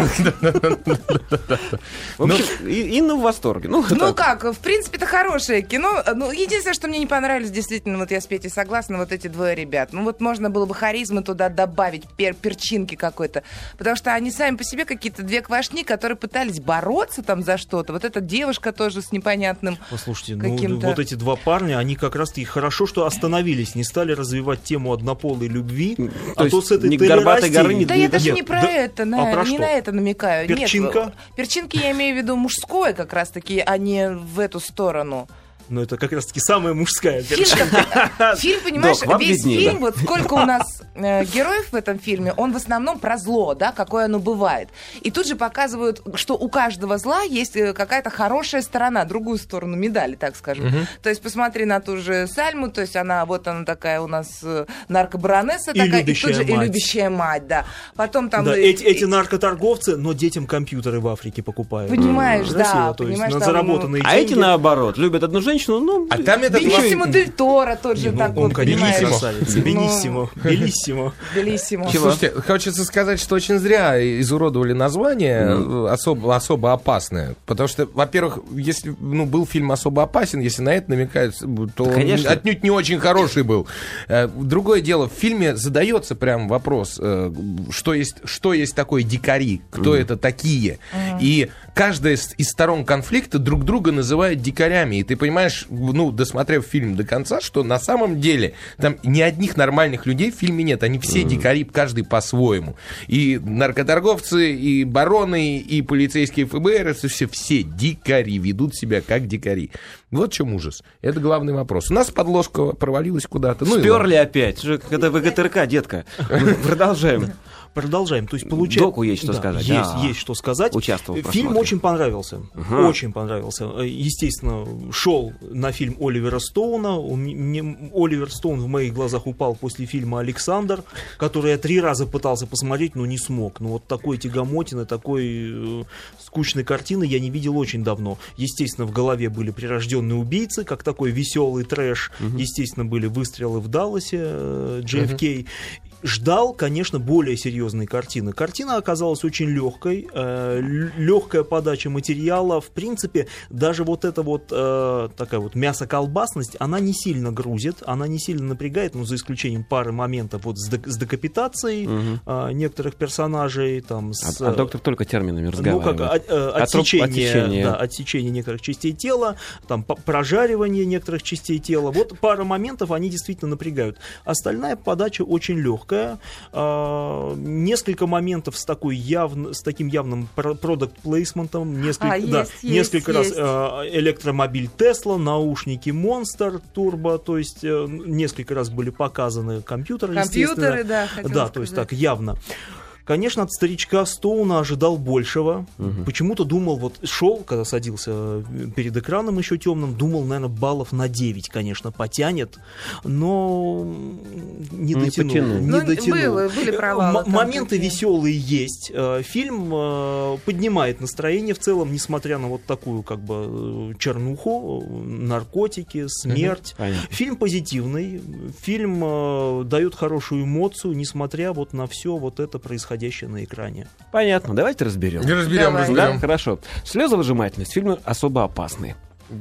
S4: В общем, И- Инна в восторге. Ну,
S2: Ну
S4: так.
S2: как, в принципе, это хорошее кино. Ну, единственное, что мне не понравилось, действительно, вот я с Петей согласна, вот эти двое ребят. Ну вот можно было бы харизмы туда добавить, пер перчинки какой-то. Потому что они сами по себе какие-то две квашни, которые пытались бороться там за что-то. Вот эта девушка тоже с непонятным...
S6: Послушайте, ну
S2: каким-то-
S6: вот эти два парня, они как раз-таки хорошо, что остановились, не стали развивать тему однополой любви,
S4: То
S6: а
S4: есть
S6: то с этой
S4: ни к горбатой
S6: толерастией-
S4: горы, ни
S2: Да я даже
S6: Нет,
S2: не про
S6: да-
S2: это,
S6: а
S2: на-
S6: про
S2: не
S6: что?
S2: на это намекаю.
S6: Перчинка?
S2: Нет, перчинки я имею в виду мужское как раз-таки, а не в эту сторону.
S6: Ну это как раз-таки самая мужская
S2: Фильм,
S6: перчинка.
S2: как- фильм, понимаешь,
S4: Док, вам
S2: весь
S4: виднее,
S2: фильм,
S4: да.
S2: вот сколько у нас э, героев в этом фильме, он в основном про зло, да, какое оно бывает. И тут же показывают, что у каждого зла есть э, какая-то хорошая сторона, другую сторону медали, так скажем. То есть посмотри на ту же Сальму, то есть она, вот она такая у нас э, наркобаронесса
S6: И
S2: такая, и
S6: любящая
S2: тут же и
S6: мать.
S2: любящая мать, да. Потом там...
S6: Да,
S2: э,
S6: эти, эти
S2: э,
S6: наркоторговцы, но детям компьютеры в Африке покупают.
S2: Понимаешь, да,
S6: Красиво, то есть
S2: понимаешь,
S6: на
S2: там,
S6: заработанные
S4: А
S6: деньги.
S4: эти, наоборот, любят одну женщину, ну...
S3: А там этот...
S2: Бениссимо дель Торо тот же
S6: Ну,
S2: так
S6: он,
S2: вот,
S6: конечно,
S2: понимаешь?
S6: красавец.
S2: Ну,
S6: Бениссимо. Белиссимо.
S2: Белиссимо.
S4: Чего?
S3: Слушайте, хочется сказать, что очень зря изуродовали название э, особо, особо опасное. Потому что, во-первых, если ну, был фильм особо опасен, если на это намекают, то он
S4: Конечно.
S3: отнюдь не очень хороший был. Э, Другое дело, в фильме задается прям вопрос, э, что есть, что есть такое дикари, кто это такие. И каждая из, из сторон конфликта друг друга называет дикарями. И ты понимаешь, ну, досмотрев фильм до конца, что на самом деле там ни одних нормальных людей в фильме нет. Они все дикари, каждый по-своему. И наркоторговцы, и бароны, и полицейские эф бэ эр, это все, все дикари, ведут себя как дикари. Вот в чем ужас. Это главный вопрос. У нас подложка провалилась куда-то. Ну, и
S4: Сперли опять. Же, когда вэ гэ тэ эр ка, детка. Продолжаем.
S6: Продолжаем. То есть получается...
S4: Доку есть что сказать.
S6: Есть,
S4: А.
S6: есть что сказать.
S4: Участвовал в
S6: Фильм
S4: просмотре.
S6: очень понравился.
S4: Ага.
S6: Очень понравился. Естественно, шел на фильм Оливера Стоуна. У меня- Оливер Стоун в моих глазах упал после фильма «Александр», который я три раза пытался посмотреть, но не смог. Ну вот такой тягомотины, такой э, скучной картины я не видел очень давно. Естественно, в голове были «Прирожденные убийцы», как такой веселый трэш. Естественно, были «Выстрелы в Далласе», э, джей эф кей. Ждал, конечно, более серьезной картины. Картина оказалась очень легкой, э, легкая подача материала. В принципе, даже вот эта вот э, такая вот мясоколбасность, она не сильно грузит, она не сильно напрягает, ну, за исключением пары моментов вот с, дек- с декапитацией
S4: Мгм.
S6: э, некоторых персонажей. Там, с,
S4: А, а доктор только терминами
S6: ну,
S4: разговаривает.
S6: как от- э,
S4: От труп-
S6: отсечение,
S4: отсечение.
S6: да, отсечение некоторых частей тела, там, по- прожаривание некоторых частей тела. Вот пара моментов, они действительно напрягают. Остальная подача очень легкая. А, несколько моментов с, такой явно, с таким явным продакт-плейсментом. Несколько,
S2: А,
S6: да,
S2: есть, есть,
S6: несколько раз
S2: есть.
S6: а, электромобиль Тесла, наушники Monster Turbo, то есть э, несколько раз были показаны компьютеры,
S2: Компьютеры,
S6: естественно.
S2: да, хотела
S6: Да, то есть
S2: сказать.
S6: так явно. Конечно, от старичка Стоуна ожидал большего.
S4: Мгм.
S6: Почему-то думал, вот шел, когда садился перед экраном еще темным, думал, наверное, баллов на девять, конечно, потянет, но не
S4: Не
S6: дотянул.
S4: потянул.
S6: Не
S2: Ну,
S6: дотянул.
S2: было- были провалы
S6: М-
S2: там
S6: Моменты
S2: такие.
S6: веселые есть. Э, Фильм э, поднимает настроение в целом, несмотря на вот такую как бы э, чернуху, э, наркотики, смерть.
S4: Понятно.
S6: Фильм позитивный, фильм э, дает хорошую эмоцию, несмотря вот на все вот это происходящее на экране.
S4: Понятно, давайте разберем.
S3: Разберем,
S2: Давай.
S4: Да,
S3: разберем.
S4: хорошо. Слезовыжимательность. Фильмы особо опасные.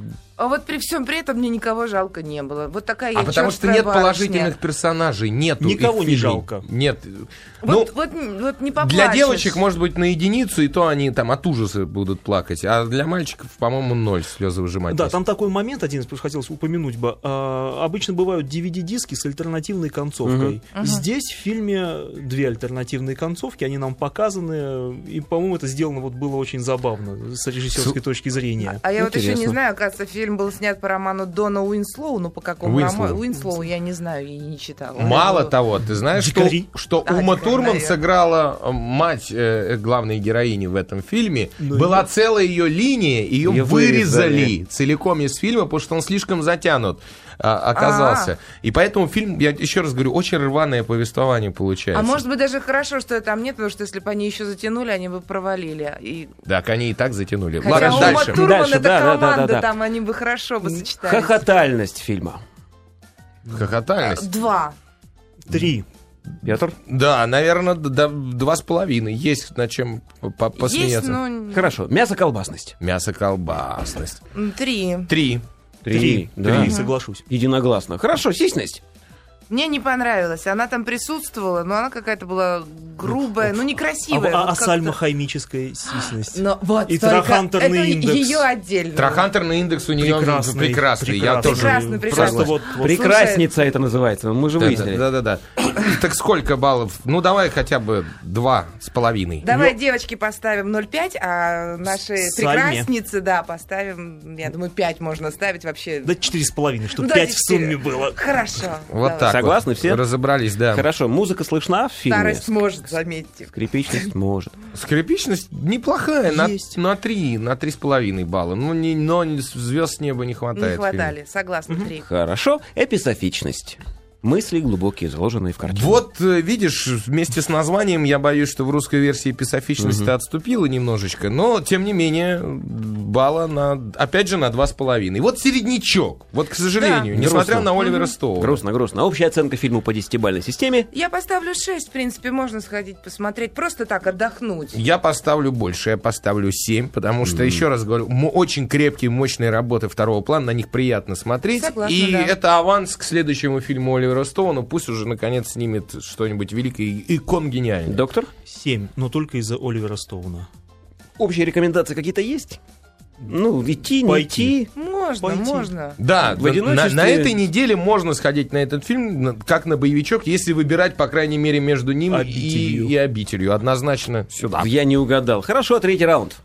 S2: А вот при всем при этом мне никого жалко не было. Вот такая я
S3: А потому что
S2: чёрствая
S3: нет
S2: барышня.
S3: положительных персонажей, нету
S6: Никого
S3: их
S6: не
S3: фильмей.
S6: жалко.
S3: Нет.
S2: Вот,
S3: Ну,
S2: вот, вот не
S3: для
S2: поплачешь.
S3: девочек, может быть, на единицу, и то они там от ужаса будут плакать. А для мальчиков, по-моему, ноль слезы выжимать.
S6: Да, там такой момент один, просто хотелось упомянуть бы. А, обычно бывают ди ви ди-диски с альтернативной концовкой.
S2: Мгм.
S6: Здесь в фильме две альтернативные концовки, они нам показаны, и, по-моему, это сделано вот было очень забавно с режиссерской
S3: С-
S6: точки зрения.
S2: А я вот еще не
S4: Интересно.
S2: знаю, оказывается, фильм был снят по роману Дона Уинслоу, ну по какому
S3: Уинслоу.
S2: роману? Уинслоу я не знаю, я не читала.
S3: Мало
S2: Ну,
S3: того, ты знаешь, что,
S6: Дикари.
S3: что
S2: А,
S3: Ума
S2: дикари,
S3: Турман
S2: наверное.
S3: сыграла э, мать э, главной героини в этом фильме.
S6: Ну,
S3: Была
S6: и-
S3: целая ее линия, ее
S4: Её
S3: вырезали,
S4: вырезали.
S3: целиком из фильма, потому что он слишком затянут а, оказался. И поэтому фильм, я еще раз говорю, очень рваное повествование получается.
S2: А может быть даже хорошо, что там нет, потому что если бы они еще затянули, они бы провалили. И...
S3: Так, они и так затянули.
S2: Хотя
S3: Ладно,
S2: Ума
S3: дальше.
S2: Турман
S4: Дальше,
S2: это
S4: да, да, да,
S2: команда,
S4: да, да.
S2: там они бы хорошо бы сочетались.
S4: Хохотальность фильма.
S3: Хохотальность.
S2: Два.
S6: Три.
S4: Петр?
S3: Да, наверное, да, два с половиной. Есть над чем по-
S2: Есть,
S3: посмеяться.
S2: но...
S4: Хорошо. Мясо-колбасность.
S3: Мясо-колбасность.
S2: м, Три.
S3: Три.
S4: Три. Да.
S6: Три, соглашусь.
S4: Единогласно. Хорошо, сисьность.
S2: Мне не понравилось. Она там присутствовала, но она какая-то была грубая, ну
S6: А,
S2: некрасивая.
S6: а-
S2: вот
S6: а
S2: как-то.
S6: сальмохаймическая сисьность.
S2: Но вот
S6: И
S2: только
S6: трахантерный
S2: это
S6: индекс.
S2: Ее отдельно.
S3: Трахантерный индекс у нее
S6: Прекрасный,
S3: прекрасный. Я
S6: прекрасный.
S3: тоже
S2: Прекрасный, прекрасный.
S6: Просто вот, вот
S4: Прекрасница это называется. Мы же
S3: Да,
S4: выяснили.
S3: да, да, да. Так сколько баллов? Ну, давай хотя бы два с половиной.
S2: Давай, девочки, поставим ноль целых пять, а наши
S6: Сальме.
S2: прекрасницы, да, поставим, я думаю, пять можно ставить вообще.
S6: да четыре с половиной, чтобы
S2: Да,
S6: пять в
S2: четыре.
S6: сумме было.
S2: Хорошо.
S3: Вот
S2: давай.
S3: так
S4: Согласны
S3: вот.
S4: все?
S3: Разобрались, да.
S4: Хорошо. Музыка слышна в фильме?
S2: Старость может, заметьте.
S4: Скрипичность может.
S3: Скрипичность неплохая, на,
S6: Есть.
S3: на три, на три с половиной балла. Ну, не, но не- звезд с неба не хватает.
S2: Не
S3: в фильме.
S2: хватали, согласна, три.
S4: Хорошо. Эписофичность. Мысли глубокие, заложенные в картине.
S3: Вот, э, видишь, вместе с названием я боюсь, что в русской версии писофичность отступила немножечко, но, тем не менее, балла на, опять же, на два с половиной. Вот середнячок, вот, к сожалению,
S2: Да.
S3: несмотря
S4: Грустно.
S3: на Оливера Стоуна.
S4: Грустно, грустно. Общая оценка фильму по десятибалльной системе.
S2: Я поставлю шесть, в принципе, можно сходить посмотреть, просто так отдохнуть.
S3: Я поставлю больше, я поставлю семь, потому что, еще раз говорю, м- очень крепкие, мощные работы второго плана, на них приятно смотреть.
S2: Согласна,
S3: и
S2: да.
S3: это аванс к следующему фильму Оливера Стоуна, пусть уже, наконец, снимет что-нибудь великое и конгениальное.
S4: Доктор?
S6: Семь, но только из-за Оливера Стоуна.
S4: Общие рекомендации какие-то есть? Ну, идти, не
S6: Пойти.
S4: идти.
S2: Можно,
S6: Пойти.
S2: можно.
S3: Да,
S4: В
S3: на-
S4: одиночестве-
S3: на, на этой неделе можно сходить на этот фильм, на- как на боевичок, если выбирать, по крайней мере, между ним и,
S6: Обителью.
S3: и обителью. Однозначно сюда.
S4: Я не угадал. Хорошо, третий раунд.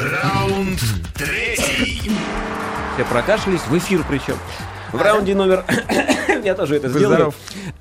S1: Раунд третий.
S4: Все прокашлялись, в эфир причем. В раунде номер... Я тоже это
S3: Будь
S4: сделаю.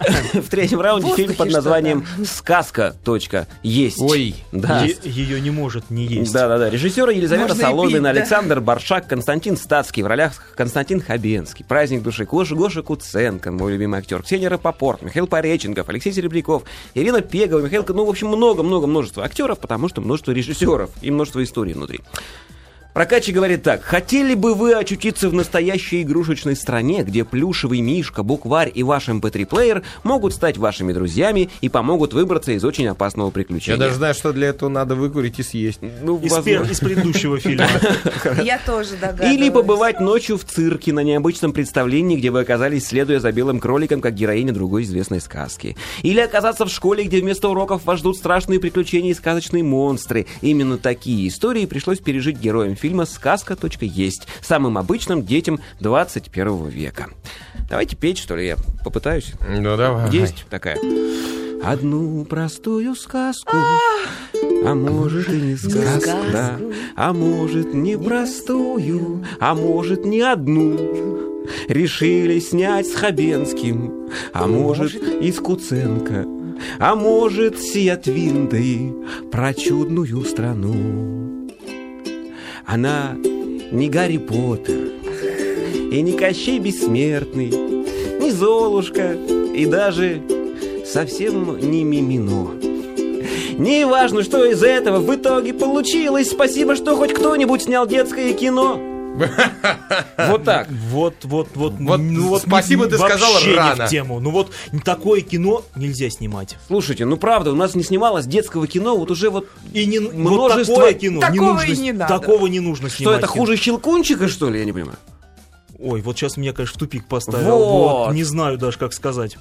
S4: В третьем раунде
S2: В
S4: фильм
S2: воздухе
S4: под названием
S2: что-то.
S4: «Сказка. точка Есть».
S3: Ой.
S4: Да.
S6: Е- Ее не может не есть.
S4: Да-да-да. Режиссеры Елизавета
S2: Можно и
S4: Соломина,
S2: пить, да.
S4: Александр Баршак, Константин Стацкий. В ролях Константин Хабенский, Праздник души, Гоша, Гоша Куценко, мой любимый актер, Ксения Рапопорт, Михаил Пореченков, Алексей Серебряков, Ирина Пегова, Михаил... Ну, в общем, много-много множество актеров, потому что множество режиссеров и множество историй внутри. Прокачи говорит так. Хотели бы вы очутиться в настоящей игрушечной стране, где плюшевый мишка, букварь и ваш эм пэ три-плеер могут стать вашими друзьями и помогут выбраться из очень опасного
S3: Я
S4: приключения?
S3: даже знаю, что для этого надо выкурить и съесть.
S4: Ну,
S6: Из,
S4: возможно.
S6: пер- из предыдущего фильма.
S2: Я тоже догадываюсь.
S4: Или побывать ночью в цирке на необычном представлении, где вы оказались, следуя за белым кроликом, как героиня другой известной сказки. Или оказаться в школе, где вместо уроков вас ждут страшные приключения и сказочные монстры. Именно такие истории пришлось пережить героям фильма «Сказка. Есть», самым обычным детям двадцать первого века. Давайте петь, что ли, я попытаюсь.
S3: Ну, давай.
S4: Есть такая. Одну простую сказку, а может и не сказку, да, а может не простую, а может не одну. Решили снять с Хабенским, а может и с Куценко. А может, сият винды про чудную страну. Она не Гарри Поттер и не Кощей Бессмертный, не Золушка и даже совсем не Мимино. Не важно, что из этого в итоге получилось. Спасибо, что хоть кто-нибудь снял детское кино. Вот так.
S6: Вот, вот, вот.
S3: Вот
S6: ну, вот
S3: спасибо, ты сказал
S6: вообще
S3: рано.
S6: Не в тему. Ну вот такое кино нельзя снимать.
S4: Слушайте, ну правда, у нас не снималось детского кино, вот уже вот
S6: И не
S4: множество...
S6: вот такое кино
S2: Такого
S6: не нужно,
S2: и не надо.
S6: такого не нужно
S4: Что,
S6: снимать.
S4: это хуже Щелкунчика, что ли? Я не понимаю.
S6: Ой, вот сейчас меня, конечно, в тупик поставил.
S4: Вот.
S6: Вот, не знаю даже, как сказать.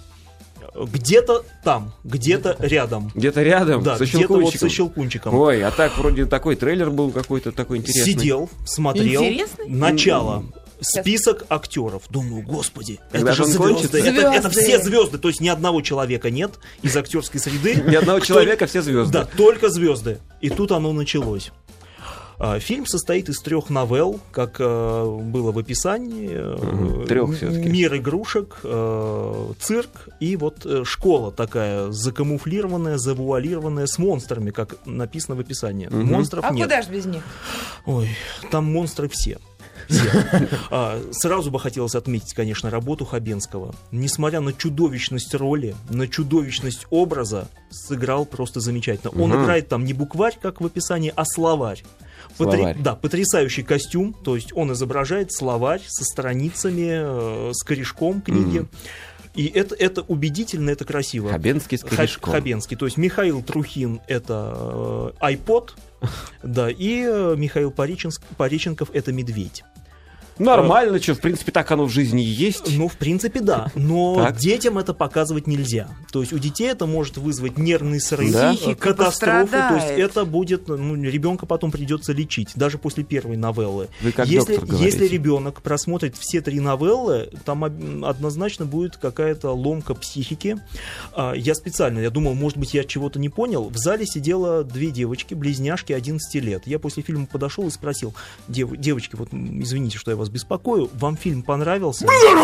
S6: Где-то там, где-то рядом.
S4: Где-то рядом,
S6: Да,
S4: со
S6: где-то вот
S4: Щелкунчиком.
S6: со Щелкунчиком.
S4: Ой, а так вроде такой трейлер был какой-то такой интересный.
S6: Сидел, смотрел.
S2: Интересный?
S6: Начало. Список актеров. Думаю, господи,
S4: Когда
S6: это же
S4: же он
S6: звезды.
S4: кончится?
S6: Это, это
S2: Звезды.
S6: все звезды. То есть ни одного человека нет из актерской среды.
S4: Ни одного
S6: Кто-
S4: человека, все звезды.
S6: Да, только звезды. И тут оно началось. А, Фильм состоит из трех новелл, как э, было в описании.
S4: Мгм,
S6: Э,
S4: трех
S6: м-
S4: всё-таки.
S6: Мир игрушек, э, цирк и вот э, школа такая закамуфлированная, завуалированная с монстрами, как написано в описании.
S4: Мгм.
S6: Монстров
S2: А
S6: нет.
S2: куда ж без них?
S6: Ой, там монстры все. Все. А, сразу бы хотелось отметить, конечно, работу Хабенского. Несмотря на чудовищность роли, на чудовищность образа, сыграл просто замечательно. Он
S4: Мгм.
S6: играет там не букварь, как в описании, а словарь. Потри-
S4: Словарь.
S6: Да, потрясающий костюм, то есть он изображает словарь со страницами, э, с корешком книги.
S4: Мгм.
S6: И это, это убедительно, это красиво.
S4: Хабенский с
S6: Ха-
S4: корешком.
S6: Хабенский. То есть Михаил Трухин — это э, iPod, да, и э, Михаил Пореченск- Пореченков — это медведь.
S4: Нормально, что, в принципе, так оно в жизни и есть.
S6: Ну, в принципе, да. Но
S4: Так.
S6: детям это показывать нельзя. То есть у детей это может вызвать нервный срыв,
S4: Да?
S6: э,
S2: Психика
S6: катастрофу. То есть
S2: пострадает.
S6: это будет, ну, ребенка потом придется лечить, даже после первой новеллы.
S4: Вы как
S6: если,
S4: доктор говорите.
S6: если ребенок просмотрит все три новеллы, там об- однозначно будет какая-то ломка психики. А, Я специально, я думал, может быть, я чего-то не понял. В зале сидело две девочки, близняшки одиннадцати лет. Я после фильма подошел и спросил: «Дев- девочки, вот м, извините, что я вас беспокою, вам фильм понравился?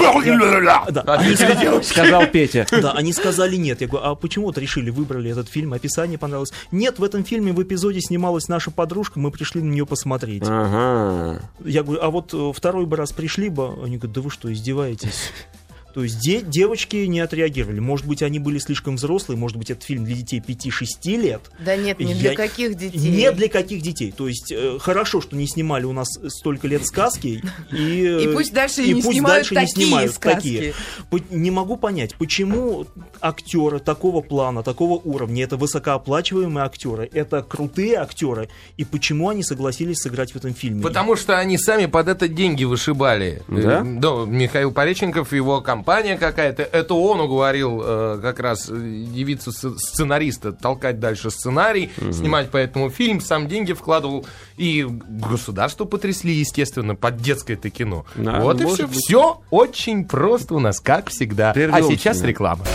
S6: Да, они сказали-
S4: Сказал Петя.
S6: да, они сказали нет. Я говорю, а почему вот решили, выбрали этот фильм, описание понравилось? Нет, в этом фильме в эпизоде снималась наша подружка, мы пришли на нее посмотреть.
S4: Ага.
S6: Я говорю, а вот э, второй бы раз пришли бы, они говорят, да вы что, издеваетесь? То есть де- девочки не отреагировали. Может быть, они были слишком взрослые, может быть, этот фильм для детей пяти-шести лет.
S2: Да нет, не
S6: Я-
S2: для каких детей.
S6: Не для каких детей. То есть э, хорошо, что не снимали у нас столько лет сказки. И, э,
S2: И пусть дальше
S6: и
S2: не
S6: пусть
S2: снимают
S6: дальше не
S2: такие
S6: снимают
S2: сказки.
S6: такие. По- Не могу понять, почему актеры такого плана, такого уровня, это высокооплачиваемые актеры, это крутые актеры, и почему они согласились сыграть в этом фильме?
S3: Потому что они сами под это деньги вышибали.
S4: Да?
S3: Э, Да, Михаил Пореченков, его компания какая-то. Это он уговорил э, как раз э, девицу с- сценариста толкать дальше сценарий, снимать по этому фильм, сам деньги вкладывал. И государство потрясли, естественно, под детское-то кино.
S4: Да,
S3: вот и
S4: может
S3: все.
S4: быть.
S3: Все очень просто у нас, как всегда.
S4: Прервемся,
S3: А сейчас
S4: да.
S3: реклама.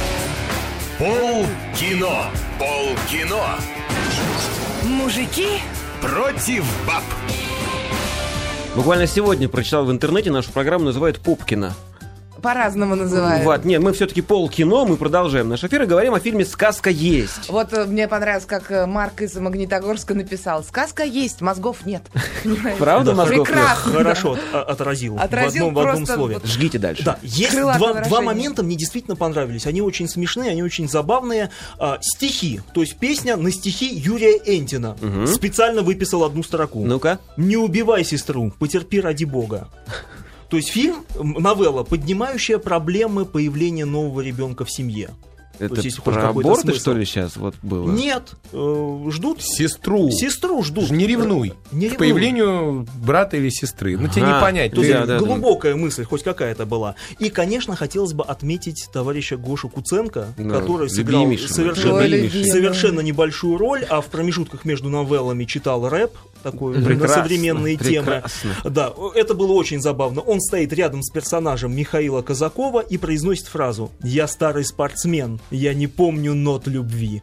S1: Пол кино. Пол кино.
S5: Мужики
S1: Против баб.
S4: Буквально сегодня прочитал в интернете, нашу программу называют «Попкино».
S2: По-разному называют.
S4: Вот, нет, мы все-таки полкино, мы продолжаем наш эфир и говорим о фильме «Сказка есть».
S2: Вот э, мне понравилось, как э, Марк из Магнитогорска написал. Сказка есть, мозгов нет. Понимаете?
S4: Правда, мозгов нет?
S2: Прекрасно.
S6: Хорошо от- а- отразил,
S2: Отразил
S6: в одном, в одном
S2: просто
S6: слове.
S2: вот-
S4: Жгите дальше.
S6: Да, есть
S2: Крылатое
S6: два,
S2: выражение.
S6: два момента мне действительно понравились. Они очень смешные, они очень забавные. А, стихи, то есть песня на стихи Юрия Энтина. Специально выписал одну строку.
S4: Ну-ка.
S6: Не убивай сестру, потерпи ради бога. То есть фильм, м, новелла, поднимающая проблемы появления нового ребенка в семье.
S4: Это
S6: есть, если хоть
S4: про
S6: какой-то
S4: аборты,
S6: смысл.
S4: что ли, сейчас вот было?
S6: Нет, э, ждут
S3: Сестру.
S6: сестру, ждут.
S3: Не ревнуй
S6: Не
S3: к
S6: ревнуй.
S3: появлению брата или сестры. Ну, тебе не
S4: Ага.
S3: понять.
S6: То
S3: ты-
S6: есть
S4: Да, да, да.
S6: глубокая мысль, хоть какая-то была. И, конечно, хотелось бы отметить товарища Гошу Куценко,
S4: Да,
S6: который сыграл
S4: любимейшего.
S6: совершенно,
S2: Ой, любимый.
S6: совершенно небольшую роль, а в промежутках между новеллами читал рэп, такой на
S4: Прекрасно,
S6: современные темы.
S4: прекрасно.
S6: Да, это было очень забавно. Он стоит рядом с персонажем Михаила Казакова и произносит фразу: «Я старый спортсмен, я не помню нот любви».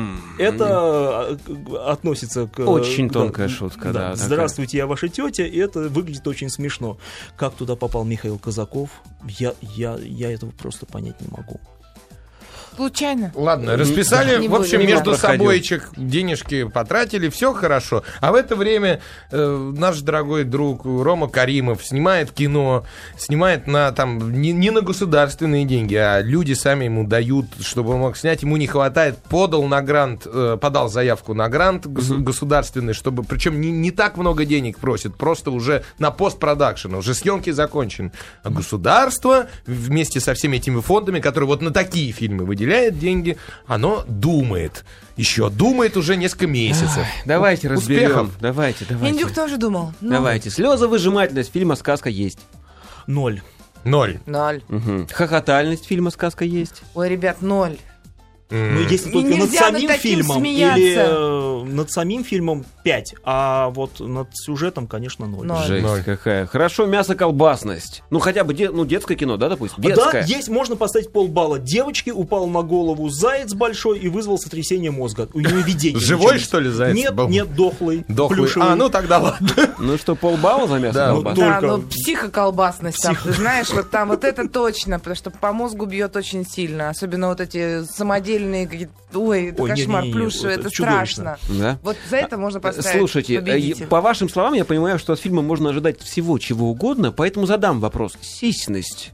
S6: Это э, относится к...
S4: Очень
S6: да,
S4: тонкая шутка, да, такая.
S6: Здравствуйте, я ваша тетя, и это выглядит очень смешно. Как туда попал Михаил Казаков, я, я, я этого просто понять не могу.
S2: Случайно.
S3: Ладно, расписали,
S2: Не
S3: в общем,
S2: будем.
S3: между
S4: Проходил.
S3: собойчик денежки потратили, все хорошо. А в это время э, наш дорогой друг Рома Каримов снимает кино, снимает на там не, не на государственные деньги, а люди сами ему дают, чтобы он мог снять. Ему не хватает, подал на грант, э, подал заявку на грант гос- государственный, чтобы, причем не, не так много денег просит, просто уже на постпродакшн, уже съемки закончены. А государство вместе со всеми этими фондами, которые вот на такие фильмы выделяют деньги, оно думает. Еще думает уже несколько месяцев.
S4: Давайте разберем.
S3: Успехов.
S4: Давайте, давайте.
S2: Индюк тоже думал. Ну,
S4: Давайте. Слезовыжимательность фильма «Сказка» есть.
S6: Ноль.
S3: Ноль.
S2: Ноль.
S4: Мгм. Хохотальность фильма «Сказка» есть.
S2: Ой, ребят, ноль.
S6: Ну, если
S2: И
S6: только над
S2: нельзя над
S6: самим
S2: таким
S6: фильмом
S2: смеяться.
S6: или э, над самим фильмом пять, а вот над сюжетом, конечно, ноль.
S2: Ноль.
S4: Жесть
S3: Ноль.
S4: какая. Хорошо, мясо-колбасность. Ну, хотя бы де- ну, детское кино, да, допустим?
S6: Да,
S4: Детское.
S6: есть, можно поставить полбалла. Девочке упал на голову заяц большой и вызвал сотрясение мозга. У нее видение.
S3: Живой,
S6: началось.
S3: что ли, заяц
S6: Нет,
S3: был?
S6: нет, дохлый.
S3: Дохлый.
S6: плюшевый.
S3: А, ну тогда ладно.
S4: Ну что, полбалла за
S3: Да,
S4: мясо-колбасность?
S2: Да,
S6: Только-
S2: ну психоколбасность там, ты знаешь, вот там вот это точно, потому что по мозгу бьет очень сильно, особенно вот эти самодельные какие-то, ой, это
S6: Ой,
S2: кошмар,
S6: не-не-не,
S2: плюшевые,
S6: это
S2: это
S6: чудовищно.
S2: страшно.
S4: Да?
S2: Вот за это можно поставить
S4: Слушайте,
S2: победитель.
S4: э, по вашим словам, я понимаю, что от фильма можно ожидать всего чего угодно, поэтому задам вопрос. Сисьность.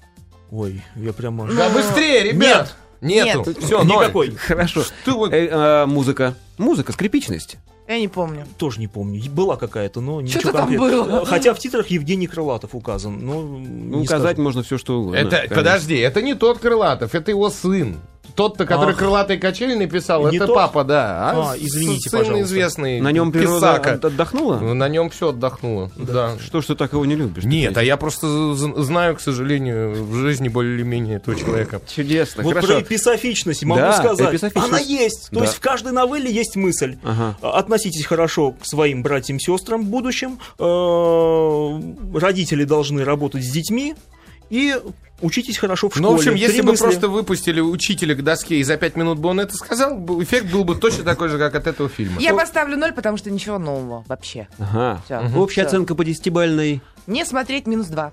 S6: Ой, я прямо...
S3: Да быстрее, ребят. Нету.
S2: Нет.
S3: Все, ноль.
S6: Никакой.
S4: Хорошо.
S3: Ты вот-
S4: Э, э, музыка. Музыка, скрипичность.
S2: Я не помню.
S6: Тоже не помню. Была какая-то, но ничего
S2: Что-то там
S6: конкретного.
S2: было.
S6: Хотя в титрах Евгений Крылатов указан. Но
S4: Ну,
S6: не
S4: указать
S6: скажу.
S4: можно все, что угодно.
S3: Это,
S4: конечно.
S3: подожди, это не тот Крылатов, это его сын. Тот-то, который
S6: Ах.
S3: «Крылатые качели» написал,
S6: Не
S3: это
S6: тот?
S3: папа, да.
S6: А, извините,
S3: сын
S6: пожалуйста.
S3: известный
S4: На нем природа
S3: писака.
S4: от- отдохнула?
S3: На нем все отдохнуло, да.
S4: Что ж ты так его не любишь?
S3: Нет, а я просто з- знаю, к сожалению, в жизни более-менее этого человека.
S4: Чудесно,
S6: Вот
S4: хорошо.
S6: про эписофичность могу
S4: Да,
S6: сказать.
S4: эписофичность.
S6: Она есть. То
S4: Да.
S6: есть в каждой новелле есть мысль.
S4: Ага.
S6: Относитесь хорошо к своим братьям-сестрам в будущем. Э, Родители должны работать с детьми. И учитесь хорошо в школе.
S3: Ну, в общем,
S6: Три
S3: если бы
S6: мысли.
S3: просто выпустили учителя к доске, и за пять минут бы он это сказал, бы- эффект был бы точно такой же, как от этого фильма.
S2: Я поставлю ноль, потому что ничего нового вообще.
S4: Ага.
S2: Всё.
S4: Общая
S2: Всё.
S4: оценка по десятибалльной.
S2: Не смотреть минус два.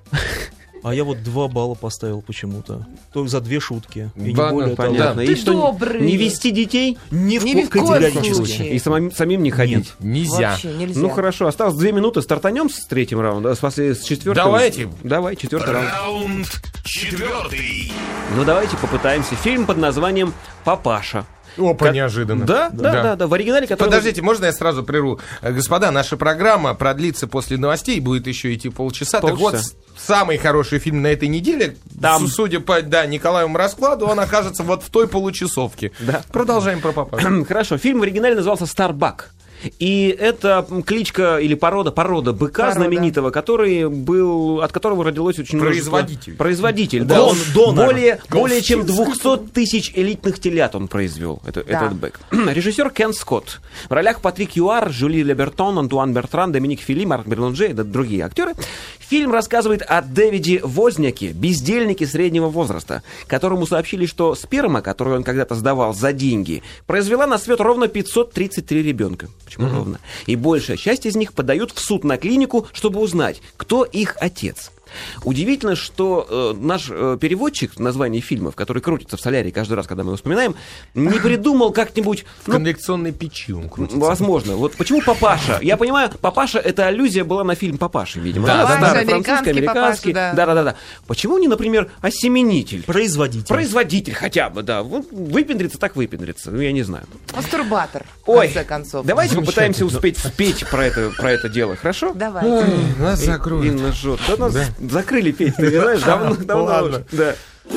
S6: А я вот два балла поставил почему-то. Только за две шутки. И
S3: Ладно,
S6: не более того.
S4: Понятно.
S2: Ты
S4: И что,
S2: добрый.
S4: Не вести детей
S6: Ни в,
S2: Ни
S6: ко-
S2: в коем
S6: категорически.
S2: случае.
S4: и самим, самим не ходить.
S3: Нельзя.
S2: Вообще нельзя.
S4: Ну хорошо, осталось две минуты. Стартанем с третьим раундом, с, после- с четвертым.
S3: Давайте.
S4: Давай, четвертый раунд.
S1: Раунд четвертый.
S4: Ну давайте попытаемся. Фильм под названием «Папаша».
S3: Опа,
S4: Как-
S3: неожиданно.
S4: Да, да, да, да, В оригинале, который...
S3: Подождите, можно я сразу прерву? Э, Господа, наша программа продлится после новостей, будет еще идти полчаса. Так вот,
S4: Полчаса.
S3: с- самый хороший фильм на этой неделе,
S4: Там.
S3: с- судя по да, Николаевому раскладу, он окажется вот в той получасовке.
S4: Да.
S3: Продолжаем про папашу.
S4: Хорошо, фильм в оригинале назывался «Старбак». И это м, кличка или порода, порода быка
S2: Порода.
S4: знаменитого, который был, от которого родилось очень множество-
S3: Производитель.
S4: Производитель, да.
S6: Дон-
S4: Он
S6: донор.
S4: более, более чем двести тысяч элитных телят он произвел, это-
S2: Да.
S4: этот бык. Режиссер Кен Скотт. В ролях Патрик Юар, Жюли Лебертон, Антуан Бертран, Доминик Фили, Марк Берланже и другие актеры. Фильм рассказывает о Дэвиде Возняке, бездельнике среднего возраста, которому сообщили, что сперма, которую он когда-то сдавал за деньги, произвела на свет ровно пятьсот тридцать три ребенка. Почему ровно? И большая часть из них подают в суд на клинику, чтобы узнать, кто их отец. Удивительно, что э, наш э, переводчик названий фильмов, который крутится в солярии каждый раз, когда мы его вспоминаем, не придумал как-нибудь...
S3: В
S4: ну,
S3: конвекционной печи он крутится.
S4: возможно. Вот почему «Папаша»? Я понимаю, «Папаша» — это аллюзия была на фильм «Папаша», видимо.
S3: Да,
S2: да,
S4: Старый
S2: да.
S4: французский,
S2: Американский
S4: американский.
S2: «Папаша»,
S4: Да, да, да, да. Почему не, например, «Осеменитель»?
S6: Производитель.
S4: Производитель хотя бы, да. Вот выпендрится, так выпендрится. Ну, я не знаю.
S2: Мастурбатор, в
S4: Ой,
S2: конце концов.
S4: давайте попытаемся успеть спеть про это, про это дело, хорошо?
S2: Давай.
S3: Нас закроют.
S4: Инна жжет. Да нас закрыли петь, ты не знаешь, давно, давно
S3: Ладно.
S4: уже. Да.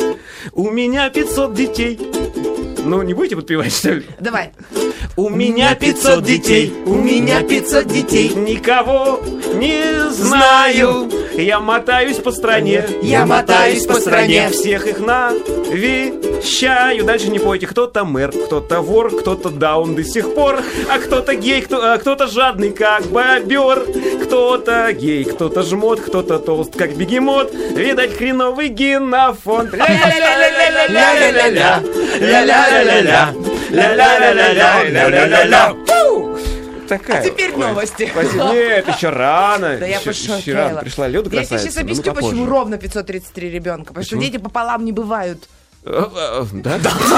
S4: У меня пятьсот детей. Ну, не будете подпевать, что ли?
S2: Давай.
S4: У меня пятьсот детей, у меня пятьсот детей, никого не знаю. Я мотаюсь по стране,
S2: Я мотаюсь по стране.
S4: всех их навещаю. Дальше не пойте, кто-то мэр, кто-то вор, кто-то даун до сих пор, а кто-то гей, кто, а кто-то жадный, как бобер, кто-то гей, кто-то жмот, кто-то толст, как бегемот. Видать, хреновый генофонд. Ля-ля-ля-ля-ля-ля-ля-ля, ля-ля-ля-ля-ля, ля-ля-ля-ля-ля-ля-ля. Фу! Такая.
S2: Теперь
S4: Ой,
S2: новости.
S4: спасибо. Нет, еще рано.
S2: Да я
S4: Еще-
S2: пошутила.
S4: еще рано. Пришла Люда
S2: Я тебе
S4: красавица.
S2: сейчас
S4: ну,
S2: объясню,
S4: попозже.
S2: почему ровно пятьсот тридцать три ребенка. Потому что
S4: Почему?
S2: дети пополам не бывают.
S4: Да?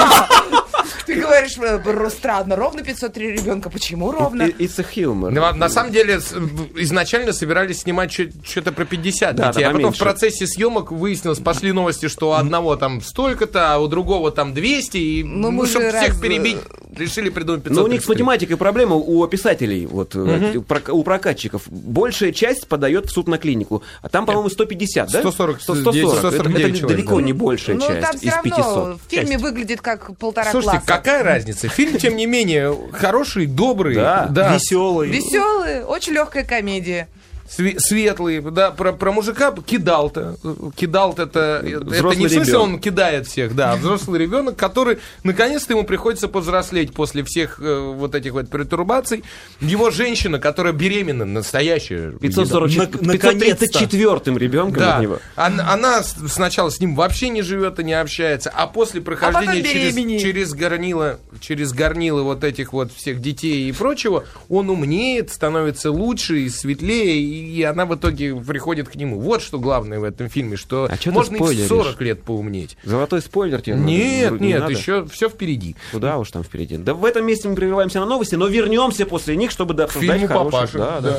S2: Ты говоришь, э, странно, ровно пятьсот три ребенка. Почему ровно?
S4: It's a humor.
S3: На, на самом деле, с- в- изначально собирались снимать что-то про пятьдесят
S4: Да,
S3: детей,
S4: да,
S3: а потом
S4: поменьше.
S3: в процессе съемок выяснилось, пошли новости, что у одного там столько-то, а у другого там двести, и
S2: Ну,
S3: ну,
S2: мы
S3: чтобы
S2: же
S3: всех
S2: раз-
S3: перебить, решили придумать пятьсот.
S4: Но у них с математикой проблема у писателей, вот, э, прок- у прокатчиков. Большая часть подает в суд на клинику. А там, по-моему, сто пятьдесят, да?
S3: сто сорок,
S4: сто сорок.
S3: здесь
S4: Это,
S3: сто сорок
S4: это
S3: девять человек
S4: далеко
S3: было.
S4: не большая
S2: Ну, там
S4: часть
S2: все
S4: из
S2: равно
S4: пятисот.
S2: в фильме выглядит как полтора
S3: Слушайте,
S2: класса.
S3: какая разница? Фильм, тем не менее, хороший, добрый,
S4: Да.
S6: Веселый.
S2: Веселые, очень легкая комедия.
S3: све- светлый, да, про, про мужика кидал-то. Кидал-то это, это
S4: Взрослый
S3: не в смысле
S4: ребенок.
S3: он кидает всех, да, а взрослый ребенок, который наконец-то ему приходится повзрослеть после всех э, вот этих вот пертурбаций. Его женщина, которая беременна, настоящая.
S4: пятьсот сорок четыре
S6: Нак- наконец-то.
S4: пятьсот тридцать четвёртым ребенком
S3: Да,
S4: от него.
S3: она, она с- сначала с ним вообще не живет и не общается, а после прохождения
S2: потом
S3: через,
S2: беременеет.
S3: через горнило, через горнило вот этих вот всех детей и прочего, он умнеет, становится лучше и светлее, и, и она в итоге приходит к нему. Вот что главное в этом фильме, что
S4: А чё ты
S3: можно и в
S4: спойлеришь?
S3: сорок лет поумнеть.
S4: Золотой спойлер тебе
S3: Нет,
S4: ну, не
S3: нет,
S4: надо?
S3: еще все впереди.
S4: Куда уж там впереди. Да в этом месте мы прерываемся на новости, но вернемся после них, чтобы дообсуждать
S3: фильму
S4: хорошие-
S3: «Папаша».
S4: Да, да,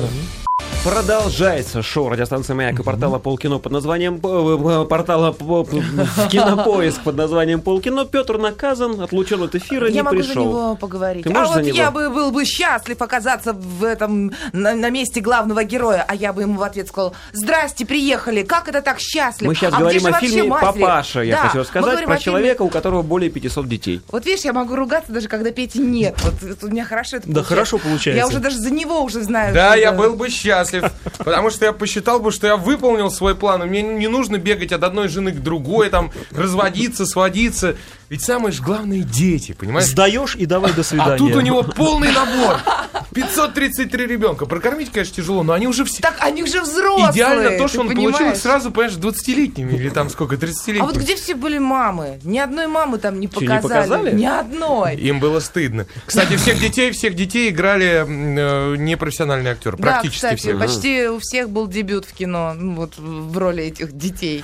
S3: Да.
S4: да. Продолжается шоу радиостанции «Маяк» и портала «Полкино» под названием... э, э, портала п- п- «Кинопоиск» под названием «Полкино». Петр наказан, отлучен от эфира,
S2: Я
S4: не
S2: могу за
S4: пришел.
S2: него поговорить.
S4: Ты
S2: А
S4: можешь
S2: вот
S4: за него?
S2: я бы был бы счастлив оказаться в этом на, на месте главного героя, а я бы ему в ответ сказал: «Здрасте, приехали, как это так счастлив?»
S4: Мы сейчас
S2: А
S4: говорим
S2: где же
S4: о
S2: вообще
S4: фильме
S2: матери?»
S4: «Папаша», я
S2: Да,
S4: хочу
S2: мы
S4: рассказать,
S2: говорим
S4: про
S2: о фильме-
S4: человека, у которого более пятисот детей.
S2: Вот видишь, я могу ругаться даже когда Пети нет. Вот это у меня хорошо это
S6: Да,
S2: получается.
S6: хорошо получается.
S2: Я уже даже за него уже знаю.
S3: Да,
S2: что
S3: я
S2: это-
S3: был бы счастлив, потому что я посчитал бы, что я выполнил свой план, и мне не нужно бегать от одной жены к другой, там, разводиться, сводиться. Ведь самое же главное — дети, понимаешь?
S6: Сдаешь и давай до свидания.
S3: А тут у него полный набор. пятьсот тридцать три ребенка. Прокормить, конечно, тяжело, но они уже все...
S2: Так они же взрослые.
S3: Идеально то,
S2: ты
S3: что он получил
S2: понимаешь?
S3: их сразу, понимаешь, двадцатилетними или там сколько,
S2: А
S3: тридцатилетними.
S2: вот где все были мамы? Ни одной мамы там не
S4: Что, не
S2: показали.
S4: показали?
S2: Ни одной.
S3: Им было стыдно. Кстати, всех детей, всех детей играли м, э, непрофессиональные актеры. Практически
S2: Да, кстати,
S3: все.
S2: почти у всех был дебют в кино, ну, вот в роли этих детей.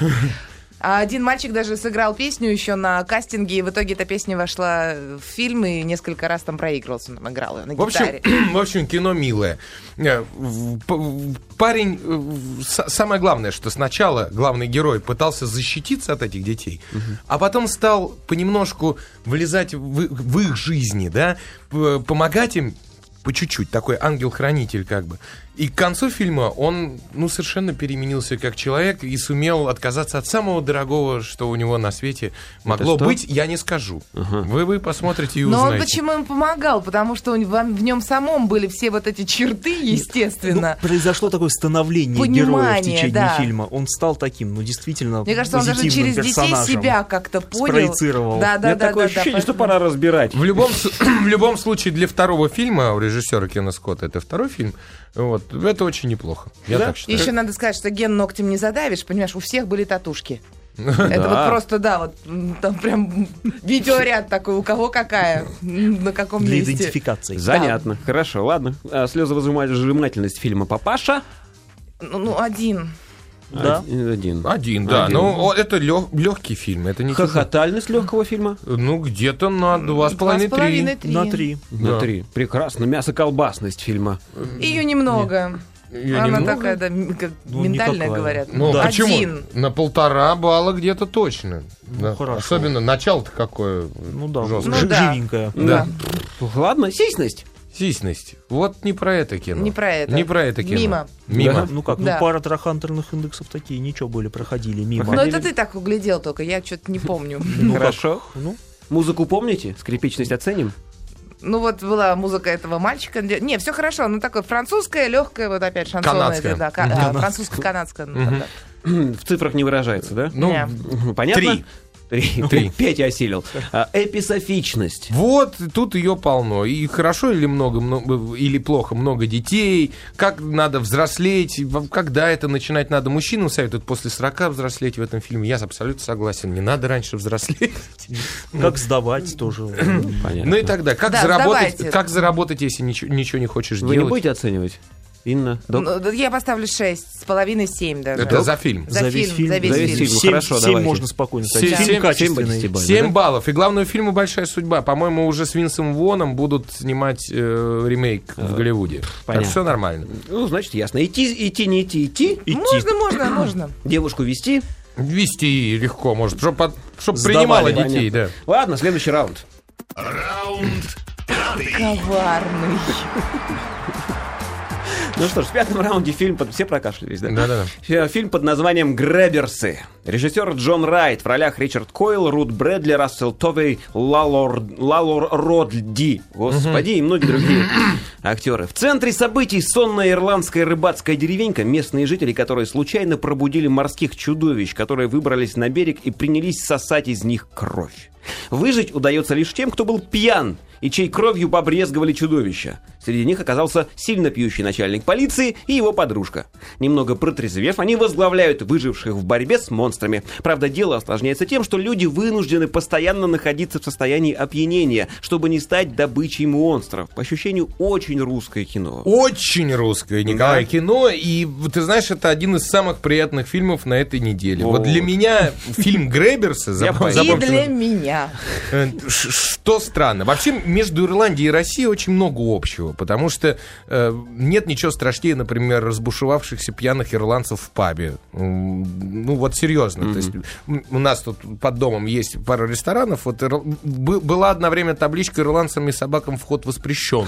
S2: А один мальчик даже сыграл песню еще на кастинге, и в итоге эта песня вошла в фильм, и несколько раз там проигрывался, он там играл её на
S3: В общем,
S2: гитаре.
S3: в общем, кино милое. Э, в- п- в- Парень, э, в- с- самое главное, что сначала главный герой пытался защититься от этих детей, а потом стал понемножку влезать в, в их жизни, да, п- помогать им по чуть-чуть, такой ангел-хранитель как бы. И к концу фильма он, ну, совершенно переменился как человек и сумел отказаться от самого дорогого, что у него на свете могло
S4: что?
S3: быть, я не скажу. Вы, вы посмотрите и
S2: Но он
S3: узнаете.
S2: почему им помогал? Потому что у него- в нем самом были все вот эти черты, естественно.
S6: Ну, произошло такое становление героя в
S2: Понимание,
S6: течение
S2: да.
S6: фильма. Он стал таким, ну, действительно,
S2: Мне кажется, он даже
S6: позитивным
S2: через детей
S6: персонажем.
S2: себя как-то понял.
S6: Спроецировал.
S2: Да,
S4: У
S2: да,
S4: меня
S2: да,
S4: такое
S2: да, да,
S4: ощущение, что
S2: поэтому-
S4: пора разбирать.
S3: В любом, с- в любом случае, для второго фильма у режиссера Кена Скотта, это второй фильм, вот, это очень неплохо. Я
S4: Да?
S3: так считаю.
S2: Еще надо сказать, что ген ногтем не задавишь, понимаешь, у всех были татушки. Это
S4: Да.
S2: вот просто, да, вот м, там прям видеоряд такой, у кого какая, м, на каком
S6: Для
S2: месте.
S6: идентификации.
S4: Занятно. Хорошо, ладно. А, слезовыжимательность фильма «Папаша».
S2: Ну, ну, один.
S6: Да.
S4: Один. Один.
S3: Один, да.
S4: Один.
S3: Ну, о, это легкий фильм. Это не
S4: Хохотальность легкого фильма.
S3: Ну, где-то на два с
S2: Два с
S3: половиной
S2: половиной,
S3: три.
S2: три.
S6: На три.
S4: На
S3: Да.
S4: три. Прекрасно. Мясо-колбасность фильма.
S2: Ее немного.
S3: Её
S2: Она
S3: немного?
S2: такая, да, м- как
S6: Ну,
S2: миндальная,
S6: никакая.
S2: говорят.
S3: Ну,
S6: Да.
S3: почему?
S2: Один.
S3: На полтора балла где-то точно. Да.
S6: хорошо.
S3: Особенно начало-то какое
S6: Ну да,
S3: жесткое.
S2: Ну
S6: жи-
S2: да.
S6: живенькая.
S3: Да.
S4: Ладно, сисьность.
S3: Сисьность. Вот не про это кино.
S2: Не про это.
S3: Не про это кино.
S2: Мимо.
S3: Мимо.
S6: Ну как,
S2: Да.
S6: ну пара трахантерных индексов такие, ничего были, проходили мимо.
S2: Но это ты так углядел только, я что-то не помню.
S4: Хорошо.
S6: Ну,
S4: Музыку помните? Скрипичность оценим?
S2: Ну вот была музыка этого мальчика. Не, все хорошо, ну такое французское, легкое, вот опять шансонное.
S3: Канадское.
S2: Да, ка- а, французско-канадское. ну,
S3: Мгм.
S2: да.
S4: В цифрах не выражается, да?
S3: Ну,
S2: Не.
S4: Понятно?
S3: три.
S4: Три.
S3: Три.
S4: Петя осилил. А, эписофичность.
S3: Вот, тут ее полно. И хорошо или много, много, или плохо, много детей, как надо взрослеть, во- когда это начинать надо. Мужчинам советуют после сорока взрослеть в этом фильме. Я абсолютно согласен. Не надо раньше взрослеть.
S6: как сдавать тоже.
S4: Понятно.
S3: Ну и тогда, как
S2: Да,
S3: заработать,
S2: сдавайте.
S3: как заработать, если ничего, ничего не хочешь
S4: Вы не
S3: делать?
S4: будете оценивать? Инна, док?
S2: Ну, я поставлю шесть с половиной, семь даже.
S3: Это за фильм.
S2: За,
S6: За весь
S2: фильм,
S6: фильм.
S2: за весь
S4: За весь
S2: фильм.
S4: фильм.
S6: семь,
S4: Хорошо,
S6: семь
S4: давайте.
S6: можно спокойно ставить.
S3: Семь-
S6: Фильм
S3: семь-
S6: качественный.
S4: семь
S3: семь
S4: да?
S3: баллов. И главному фильму «Большая судьба». По-моему, уже с Винсом Воном будут снимать э, ремейк в Голливуде.
S4: понятно.
S3: Так все нормально.
S4: Ну, значит, ясно. Идти, идти, не идти, идти.
S6: Идти.
S2: Можно, можно, можно.
S4: Девушку вести.
S3: Вести легко, может, чтобы
S6: Сдавали,
S3: принимала детей,
S4: Понятно.
S3: да.
S4: Ладно, следующий раунд.
S1: Раунд пятый.
S2: Коварный.
S4: Ну что ж, в пятом раунде фильм под... Все прокашлялись, да?
S3: Да-да-да.
S4: Фи- Фильм под названием «Грэберсы». Режиссер Джон Райт, в ролях Ричард Койл, Рут Брэдли, Рассел Товей, Лалор, Лалор Родди, господи, и многие другие актеры. В центре событий сонная ирландская рыбацкая деревенька, местные жители, которые случайно пробудили морских чудовищ, которые выбрались на берег и принялись сосать из них кровь. Выжить удается лишь тем, кто был пьян и чьей кровью побрезговали чудовища. Среди них оказался сильно пьющий начальник полиции и его подружка. Немного протрезвев, они возглавляют выживших в борьбе с монстрами. Правда, дело осложняется тем, что люди вынуждены постоянно находиться в состоянии опьянения, чтобы не стать добычей монстров. По ощущению, очень русское кино.
S3: Очень русское, Николай,
S4: Да.
S3: кино. И ты знаешь, это один из самых приятных фильмов на этой неделе. Вот,
S4: Вот.
S3: для меня фильм «Грэберсы»,
S4: Я
S3: зап-
S4: понял.
S2: И
S3: запомните,
S2: для меня.
S3: Э, ш- Что странно. Вообще между Ирландией и Россией очень много общего, потому что э, нет ничего страшнее, например, разбушевавшихся пьяных ирландцев в пабе. М, Ну вот серьезно. То есть, м, у нас тут под домом есть пара ресторанов. Вот ир- бы- была одно время табличка «Ирландцам и собакам вход воспрещен».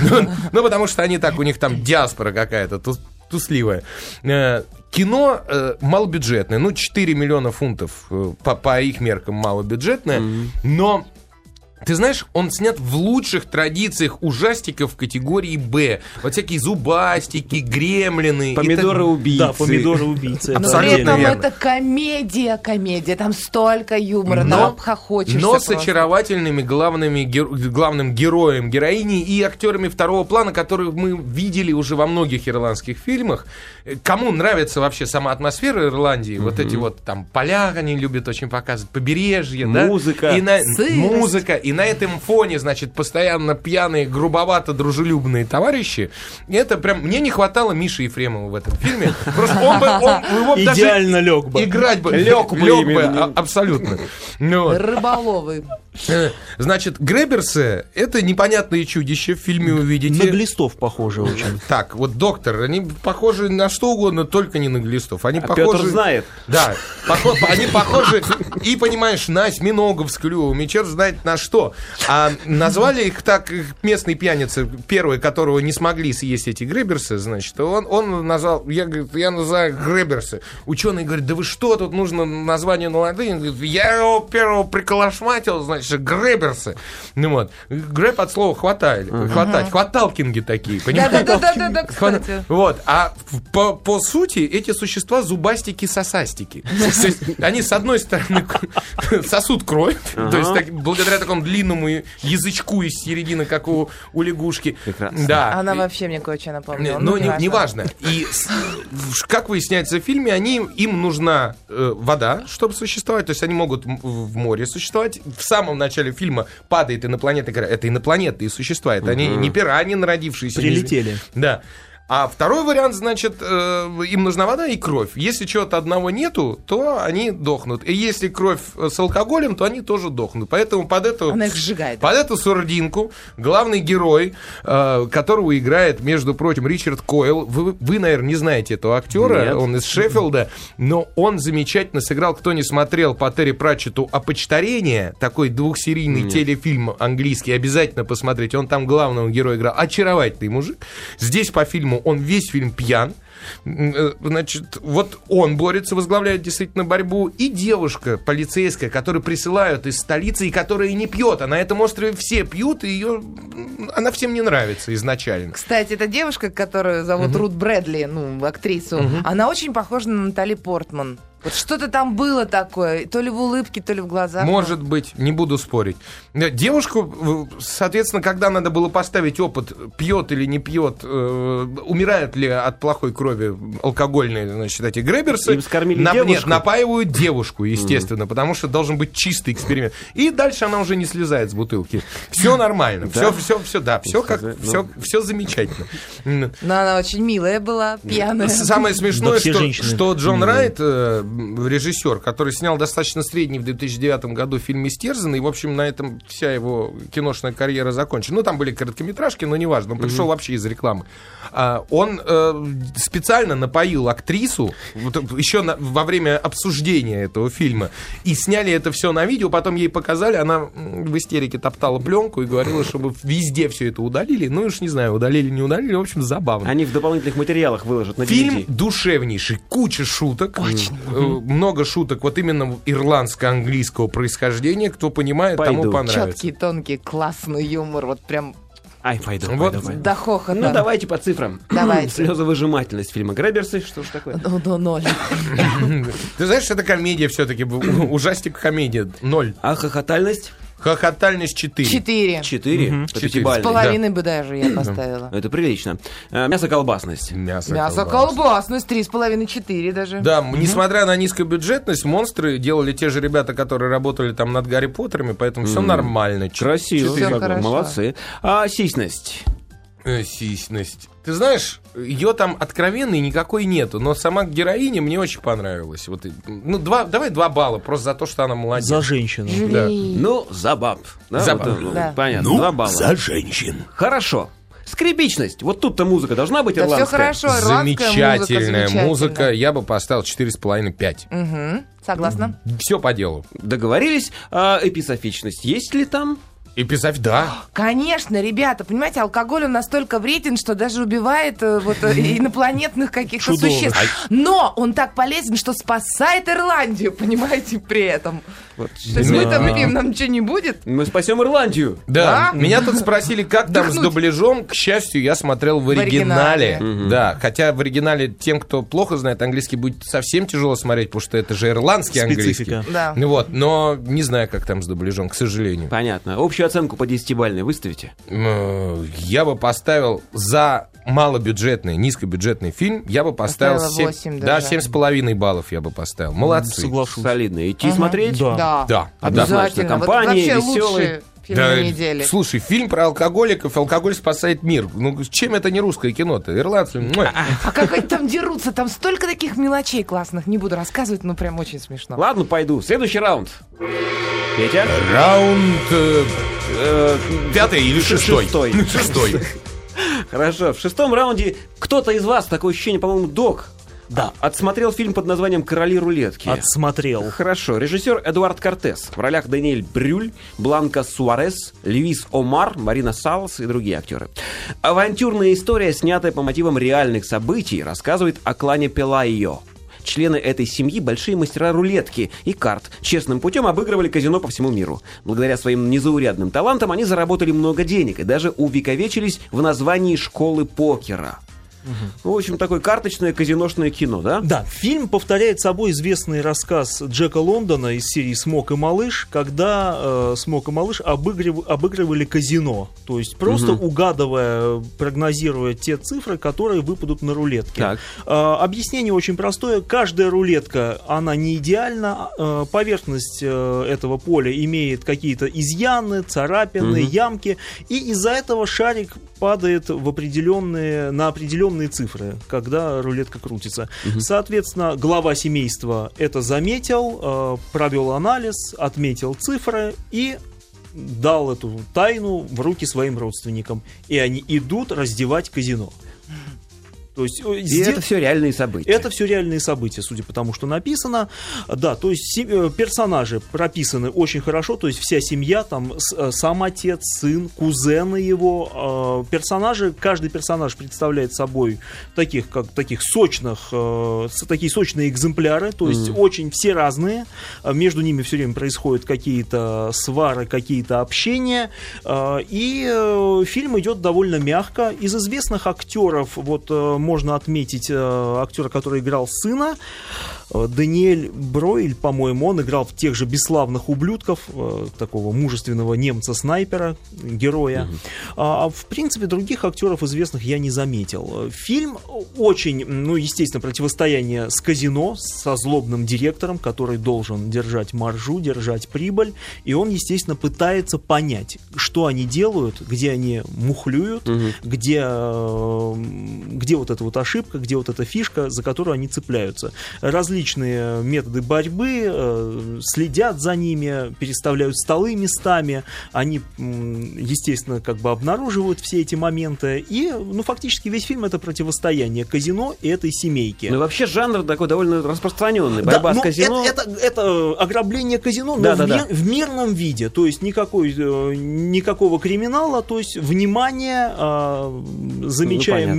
S3: Ну потому что они так, у них там диаспора какая-то тус- тусливая. Э, Кино э, малобюджетное, ну, четыре миллиона фунтов э, по, по их меркам малобюджетное, но, ты знаешь, он снят в лучших традициях ужастиков категории «Б». Вот всякие зубастики, гремлины. и так-
S4: Помидоры-убийцы.
S6: Да, помидоры-убийцы.
S2: Но
S3: Абсолютно
S2: при этом
S3: верно.
S2: это комедия, комедия. Там столько юмора,
S3: Но-
S2: там обхохочешься
S3: Но с
S2: просто.
S3: очаровательными главными, гер- главным героем, героиней и актерами второго плана, которых мы видели уже во многих ирландских фильмах. Э, Кому нравится вообще сама атмосфера Ирландии, вот эти вот там поля они любят очень показывать, побережье, да?
S4: Музыка.
S3: И на-
S2: Сырость.
S3: музыка. И на этом фоне, значит, постоянно пьяные, грубовато дружелюбные товарищи. И это прям... Мне не хватало Миши Ефремова в этом фильме. Просто он бы... Он, его бы даже
S6: Идеально лег бы.
S3: играть бы.
S4: Лёг бы
S3: Лёг бы,
S4: именно.
S3: а- абсолютно. Ну вот.
S2: Рыболовы.
S3: Э, Значит, Грэберсы — это непонятные чудища, в фильме увидите.
S6: На глистов похоже очень.
S3: Так, вот доктор, они похожи на что угодно, только не на глистов. Они
S4: А
S3: похожи...
S4: Петр знает.
S3: Да, похо- они похожи и, понимаешь, на осьминогов с клювами, черт знает на что. А назвали их так их местные пьяницы, первый, которого не смогли съесть эти Грэберсы, значит, он, он назвал, я, говорит, я называю Грэберсы. Ученый говорит, да вы что, тут нужно название на латыни. Он говорит, я его первого приколошматил, значит, Грэберсы. Ну вот, грэб от слова хватали, хватать, хваталкинги такие, понимаешь?
S2: Да-да-да, кстати.
S3: Вот, а в- по, по сути эти существа зубастики-сосастики. То есть они с одной стороны к- сосут кровь, то есть так- благодаря такому длинному язычку из середины, как у, у лягушки.
S4: Прекрасно.
S3: Да.
S2: Она
S3: И-
S2: вообще мне кое-что напомнила.
S3: ну,
S2: Ну,
S3: не-
S2: неважно.
S3: неважно. И с- в- как выясняется в фильме, они, им нужна э, вода, чтобы существовать. То есть они могут м- в море существовать. В самом начале фильма падает инопланетный корабль. Это инопланетные существа. Это они не пираньи, народившиеся.
S6: Прилетели.
S3: Да. А второй вариант, значит, э, им нужна вода и кровь. Если чего-то одного нету, то они дохнут. И если кровь с алкоголем, то они тоже дохнут. Поэтому под эту...
S2: Она их сжигает.
S3: Под эту сурдинку главный герой, э, которого играет, между прочим, Ричард Койл. Вы, вы, наверное, не знаете этого актера.
S4: Нет.
S3: Он из Шеффилда. Но он замечательно сыграл, кто не смотрел по Терри Пратчетту «Опочтарение», такой двухсерийный телефильм английский, обязательно посмотрите. Он там главного героя играл. Очаровательный мужик. Здесь по фильму он весь фильм пьян. М, э, Значит, вот он борется, возглавляет действительно борьбу. И девушка полицейская, которую присылают из столицы, и которая не пьет. А на этом острове все пьют, и ее... м, она всем не нравится изначально.
S2: Кстати, эта девушка, которую зовут Рут Брэдли, ну, актрису, она очень похожа на Натали Портман. Вот что-то там было такое, то ли в улыбке, то ли в глазах.
S3: Может быть, не буду спорить. Э, Девушку, э, соответственно, когда надо было поставить опыт, пьет или не пьет, э, умирает ли от плохой крови крови алкогольные, значит, эти грэберсы.
S4: Им скормили
S3: на-
S4: девушку?
S3: Нет, напаивают девушку, естественно, потому что должен быть чистый эксперимент. И дальше она уже не слезает с бутылки. Все нормально, все, все, все, да, все как,
S4: Ну.
S3: все, все замечательно. М,
S2: Но она очень милая была, пьяная.
S3: Самое смешное,
S6: Да все
S3: что,
S6: женщины
S3: что Джон
S6: милые.
S3: Райт, э, режиссер, который снял достаточно средний в две тысячи девятом году фильм «Истерзанный», и, в общем, на этом вся его киношная карьера закончена. Ну, там были короткометражки, но неважно, он пришел вообще из рекламы. А, он э, специально напоил актрису вот, еще на- во время обсуждения этого фильма, и сняли это все на видео, потом ей показали, она м, в истерике топтала пленку и говорила, чтобы везде все это удалили. Ну, уж не знаю, удалили, не удалили, в общем, забавно.
S4: Они в дополнительных материалах выложат на ди ви
S3: Фильм
S4: ди.
S3: душевнейший, куча шуток, Э, много шуток, вот именно ирландско-английского происхождения, кто понимает, тому
S4: Пойду.
S3: понравится.
S2: Четкий, тонкий, классный юмор, вот прям
S4: Ай, пойду,
S3: Вот.
S4: пойду, пойду.
S2: до хохота.
S4: Ну, давайте по цифрам.
S2: Давайте.
S4: Слезовыжимательность фильма «Грэберсы». Что ж такое?
S2: Ну, ну, ноль.
S3: Ты знаешь, это комедия все-таки, ужастик-комедия, ноль.
S4: А хохотальность?
S3: Хохотальность четыре.
S2: Четыре.
S4: Четыре.
S3: Четыре.
S2: С
S4: Пятибалльный.
S2: половиной бы даже я поставила.
S4: Это прилично. А, Мясо-колбасность.
S3: Мясо,
S2: Мясо
S3: колбаса.
S2: колбасность, три с половиной, четыре даже.
S3: Да, несмотря на низкобюджетность, монстры делали те же ребята, которые работали там над Гарри Поттерами, поэтому все нормально. Ч-
S4: Красиво.
S2: Всё
S4: как бы,
S2: хорошо.
S4: Молодцы. А сисьность?
S3: э, Сисьность. Ты знаешь, ее там откровенной никакой нету, но сама героиня мне очень понравилась. Вот, и- ну, два, давай два балла, просто за то, что она молодец.
S6: За женщину.
S3: Да.
S4: Ну, за баб. Да,
S3: За
S4: вот,
S3: баб.
S4: ну,
S2: Да.
S4: Понятно, два балла.
S1: женщин.
S4: Хорошо. Скрипичность. Вот тут-то музыка должна быть
S2: Да все
S4: ирландская.
S2: хорошо, ирландская
S3: Замечательная
S2: музыка,
S3: музыка. Я бы поставил четыре с половиной пять.
S2: Мгм, согласна.
S3: Все по делу.
S4: Договорились. А эписофичность есть ли там?
S3: И писать, да.
S2: Конечно, ребята, понимаете, алкоголь он настолько вреден, что даже убивает э, вот, э, инопланетных каких-то
S6: Чудовищ.
S2: существ. Но он так полезен, что спасает Ирландию, понимаете, при этом.
S4: Вот.
S2: То есть мы там пьем, нам ничего не будет.
S4: Мы спасем Ирландию.
S3: Да,
S2: Да?
S3: меня тут спросили, как там с
S2: Вдохнуть.
S3: дубляжом. К счастью, я смотрел в оригинале.
S2: оригинале.
S3: Да, хотя в оригинале тем, кто плохо знает английский, будет совсем тяжело смотреть, потому что это же ирландский
S6: Специфика.
S3: английский.
S2: Да.
S3: Ну вот, но не знаю, как там с дубляжом, к сожалению.
S4: Понятно. Общую оценку по десятибалльной выставите?
S3: М, Я бы поставил за малобюджетный, низкобюджетный фильм, я бы поставил
S2: Поставила
S3: семь,
S2: восемь
S3: да,
S2: даже.
S3: семь с половиной баллов я бы поставил. Молодцы.
S6: Соглашусь.
S4: Солидно. Идти смотреть?
S6: Да.
S2: Да,
S3: Да.
S2: обязательно. Вот
S4: Компания,
S2: вообще
S4: весёлый.
S2: лучшие фильмы
S3: Да,
S2: недели.
S3: слушай, фильм про алкоголиков, алкоголь спасает мир. Ну, чем это не русское кино-то? Ирландцы. муа.
S2: А как они там дерутся? Там столько таких мелочей классных. Не буду рассказывать, но прям очень смешно.
S4: Ладно, пойду. Следующий раунд. Петя?
S3: Раунд э,
S4: Э,
S3: пятый или шестой?
S4: шестой.
S3: Шестой.
S4: Хорошо. В шестом раунде кто-то из вас, такое ощущение, по-моему, Док,
S6: Да.
S4: отсмотрел фильм под названием «Короли рулетки».
S6: Отсмотрел.
S4: Хорошо. Режиссер Эдуард Кортес. В ролях Даниэль Брюль, Бланка Суарес, Льюис Омар, Марина Салас и другие актеры. Авантюрная история, снятая по мотивам реальных событий, рассказывает о клане Пелайо. Члены этой семьи – большие мастера рулетки и карт. Честным путем обыгрывали казино по всему миру. Благодаря своим незаурядным талантам они заработали много денег и даже увековечились в названии школы покера. В общем, такое карточное казиношное кино, да?
S6: Да, фильм повторяет собой известный рассказ Джека Лондона из серии «Смок и малыш», когда э, Смок и малыш обыгрыв- обыгрывали казино. То есть просто угадывая, прогнозируя те цифры, которые выпадут на рулетке.
S4: Так.
S6: Э, объяснение очень простое. Каждая рулетка, она не идеальна. Э, поверхность э, этого поля имеет какие-то изъяны, царапины, ямки. И из-за этого шарик падает в определенные, на определенные цифры, когда рулетка крутится. Соответственно, глава семейства это заметил, э, провел анализ, отметил цифры и дал эту тайну в руки своим родственникам. И они идут раздевать казино. То есть, э,
S4: И
S6: здесь-
S4: это все реальные события.
S6: это все реальные события, судя по тому, что написано. Да, то есть се- э, персонажи прописаны очень хорошо, то есть вся семья, там с- э, сам отец, сын, кузены его. э, Персонажи, каждый персонаж представляет собой таких, как таких сочных, э, с- такие сочные экземпляры, то есть очень все разные. э, Между ними все время происходят какие-то свары, какие-то общения. э, И э, фильм идет довольно мягко. Из известных актеров, вот э, можно отметить э, актера, который играл сына. Даниэль Бройль, по-моему, он играл в тех же «Бесславных ублюдков», такого мужественного немца-снайпера, героя. Угу. А, в принципе, других актеров известных я не заметил. Фильм очень, ну, естественно, противостояние с казино, со злобным директором, который должен держать маржу, держать прибыль, и он, естественно, пытается понять, что они делают, где они мухлюют, угу. где, где вот эта вот ошибка, где вот эта фишка, за которую они цепляются. Различные методы борьбы, следят за ними, переставляют столы местами, они, естественно, как бы обнаруживают все эти моменты, и, ну, фактически весь фильм — это противостояние казино и этой семейки.
S4: Ну, вообще жанр такой довольно распространенный, борьба да, с казино.
S6: Это, это, это ограбление казино, но да, в, да, мир, да. в мирном виде, то есть никакой, никакого криминала, то есть внимание, замечаем ну,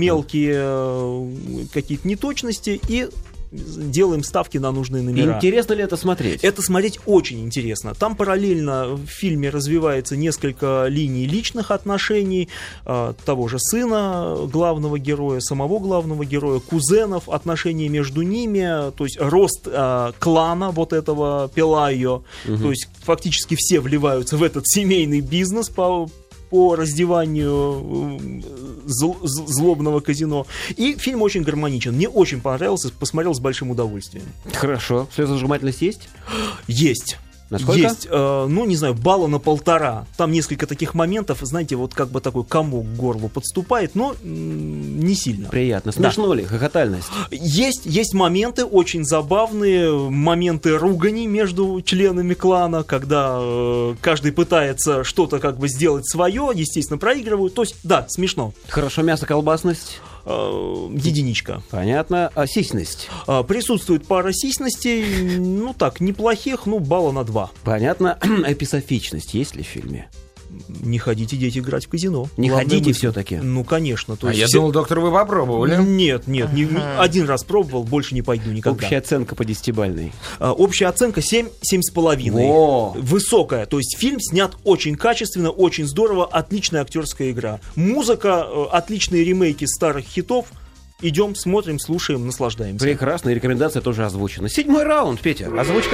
S6: мелкие какие-то неточности и делаем ставки на нужные номера.
S4: Интересно ли это смотреть?
S6: Это смотреть очень интересно. Там параллельно в фильме развивается несколько линий личных отношений э, того же сына главного героя, самого главного героя, кузенов, отношения между ними, то есть рост э, клана вот этого Пелайо. Угу. То есть фактически все вливаются в этот семейный бизнес по по раздеванию зл- злобного казино. И фильм очень гармоничен. Мне очень понравился, посмотрел с большим удовольствием.
S4: Хорошо. Слезожимательность есть?
S6: Есть.
S4: Насколько?
S6: Есть, э, ну, не знаю, балла на полтора. Там несколько таких моментов, знаете, вот как бы такой комок к горлу подступает, но м- не сильно.
S4: Приятно. Смешно да. ли? Хохотальность?
S6: Есть, есть моменты очень забавные, моменты руганий между членами клана, когда э, каждый пытается что-то как бы сделать свое, естественно, проигрывают. То есть, да, смешно.
S4: Хорошо. Мясо-колбасность?
S6: Единичка.
S4: Понятно. А сисьность?
S6: А, присутствует пара сисьностей, ну так, неплохих, ну балла на два.
S4: Понятно. Эписофичность есть ли в фильме?
S6: Не ходите, дети, играть в казино.
S4: Не
S6: Главное
S4: ходите
S6: мысль.
S4: все-таки?
S6: Ну, конечно. То
S3: а
S6: есть
S3: я
S6: все...
S3: думал, доктор, вы попробовали.
S6: Нет, нет, не, не, один раз пробовал, больше не пойду никогда.
S4: Общая оценка по десятибалльной?
S6: А, общая оценка семь, семь с половиной.
S4: О!
S6: Высокая. То есть фильм снят очень качественно, очень здорово, отличная актерская игра. Музыка, отличные ремейки старых хитов. Идем, смотрим, слушаем, наслаждаемся.
S4: Прекрасно, и рекомендация тоже озвучена. Седьмой раунд, Петя, озвучка.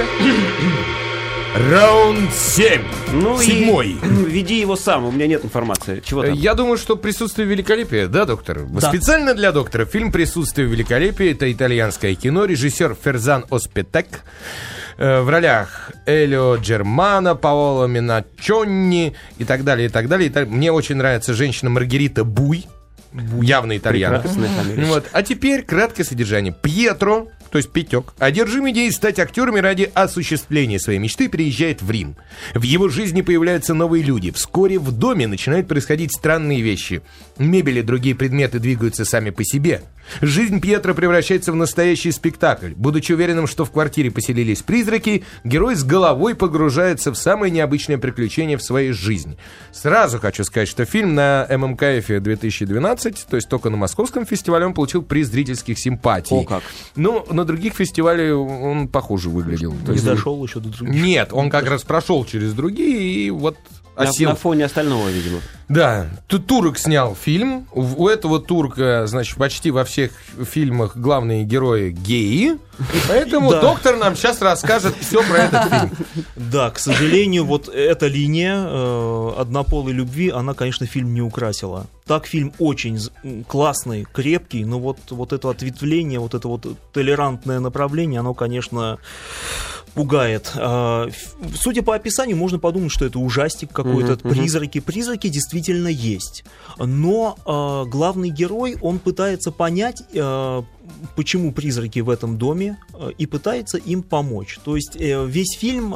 S3: Раунд семь.
S4: Ну
S3: Седьмой.
S4: И... Веди его сам, у меня нет информации. Чего там?
S3: Я думаю, что «Присутствие великолепия», да, доктор? Да. Специально для доктора фильм «Присутствие великолепия». Это итальянское кино. Режиссер Ферзан Оспетек. В ролях Элио Джермано, Паоло Миначонни и так далее, и так далее. Мне очень нравится женщина Маргарита Буй. Явно итальянка. Вот. А теперь краткое содержание. Пьетро, то есть Петек, одержим идеей стать актерами ради осуществления своей мечты, переезжает в Рим. В его жизни появляются новые люди. Вскоре в доме начинают происходить странные вещи. Мебель и другие предметы двигаются сами по себе. Жизнь Пьетро превращается в настоящий спектакль. Будучи уверенным, что в квартире поселились призраки, герой с головой погружается в самые необычные приключения в своей жизни. Сразу хочу сказать, что фильм на эм эм ка эф две тысячи двенадцать, то есть только на московском фестивале, он получил приз зрительских симпатий.
S4: О, как.
S3: Ну, на других фестивалях он похуже выглядел.
S6: Не есть... дошел еще до других.
S3: Нет, он как раз прошел через другие и вот...
S4: На, на фоне остального, видимо.
S3: Да, тут турок снял фильм. У этого турка, значит, почти во всех фильмах главные герои геи. Поэтому да. доктор нам сейчас расскажет все про этот фильм.
S6: Да, к сожалению, вот эта линия э, однополой любви, она, конечно, фильм не украсила. Так фильм очень классный, крепкий, но вот, вот это ответвление, вот это вот толерантное направление, оно, конечно, пугает. Э, судя по описанию, можно подумать, что это ужастик какой-то, uh-huh, призраки. Uh-huh. Призраки действительно есть. Но э, главный герой, он пытается понять... Э, почему призраки в этом доме, и пытается им помочь. То есть весь фильм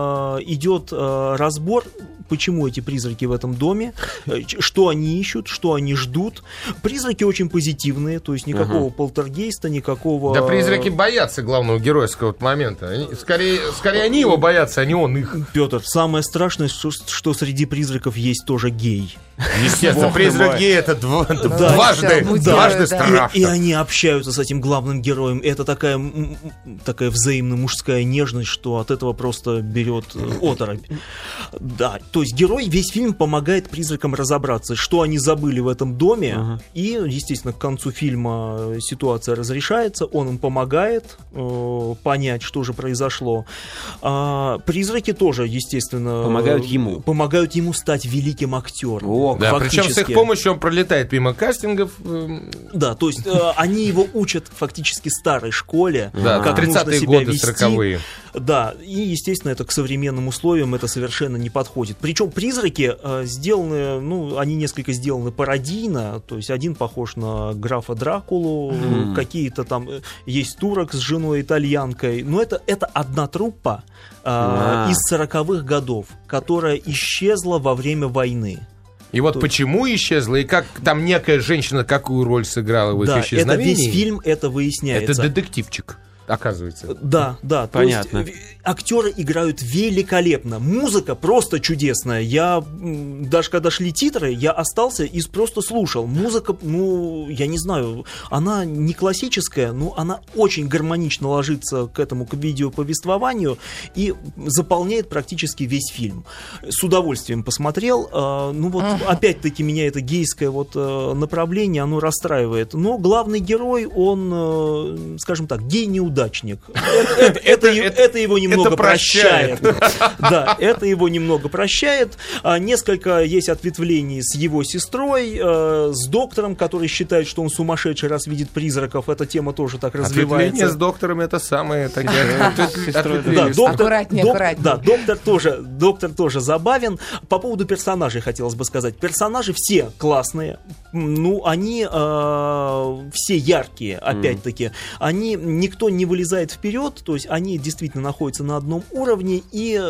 S6: идет разбор, почему эти призраки в этом доме, что они ищут, что они ждут. Призраки очень позитивные, то есть никакого угу. полтергейста, никакого...
S3: Да призраки боятся главного героя с какого-то момента. Они, скорее, скорее они его боятся, а не он их.
S6: Петр, самое страшное, что, что среди призраков есть тоже гей.
S3: Естественно, призрак гей — это дв... да, дважды,
S6: да,
S3: дважды
S6: да.
S3: страшно.
S6: И, и они общаются с этим главным героем. Это такая, м- м- такая взаимная мужская нежность, что от этого просто берет э, оторопь. Да, то есть герой весь фильм помогает призракам разобраться, что они забыли в этом доме. Ага. И, естественно, к концу фильма ситуация разрешается, он им помогает э, понять, что же произошло. А, призраки тоже, естественно...
S4: Помогают ему.
S6: Помогают ему стать великим актером.
S3: О, да, причем с их помощью он пролетает мимо кастингов.
S6: Да, то есть э, они его учат фактически старой школе,
S3: да,
S6: как нужно себя
S3: годы,
S6: вести.
S3: сороковые.
S6: Да, и, естественно, это к современным условиям это совершенно не подходит. Причем призраки э, сделаны, ну, они несколько сделаны пародийно, то есть один похож на графа Дракулу, mm. какие-то там, есть турок с женой итальянкой, но это, это одна труппа э, ah. из сороковых годов, которая исчезла во время войны.
S3: И вот
S6: То...
S3: почему исчезла, и как там некая женщина какую роль сыграла в их
S6: да,
S3: исчезновении.
S6: Да, это весь фильм это выясняется.
S3: Это детективчик, оказывается.
S6: Да, да.
S4: Понятно.
S6: То есть, актеры играют великолепно. Музыка просто чудесная. Я, даже когда шли титры, я остался и просто слушал. Музыка, ну, я не знаю, она не классическая, но она очень гармонично ложится к этому, к видеоповествованию и заполняет практически весь фильм. С удовольствием посмотрел. Ну вот, опять-таки, меня это гейское вот направление, оно расстраивает. Но главный герой, он, скажем так, гей-неудачник. Это, это, это, это его немного
S3: это прощает.
S6: прощает. Да, это его немного прощает. А, несколько есть ответвлений с его сестрой, э, с доктором, который считает, что он сумасшедший, раз видит призраков. Эта тема тоже так развивается.
S3: Ответвление с доктором — это самое такие.
S2: Аккуратнее, аккуратнее.
S6: Да, доктор тоже, доктор тоже забавен. По поводу персонажей хотелось бы сказать. Персонажи все классные. Ну, они все яркие, опять-таки. Они, никто не вылезает вперед, то есть они действительно находятся на одном уровне и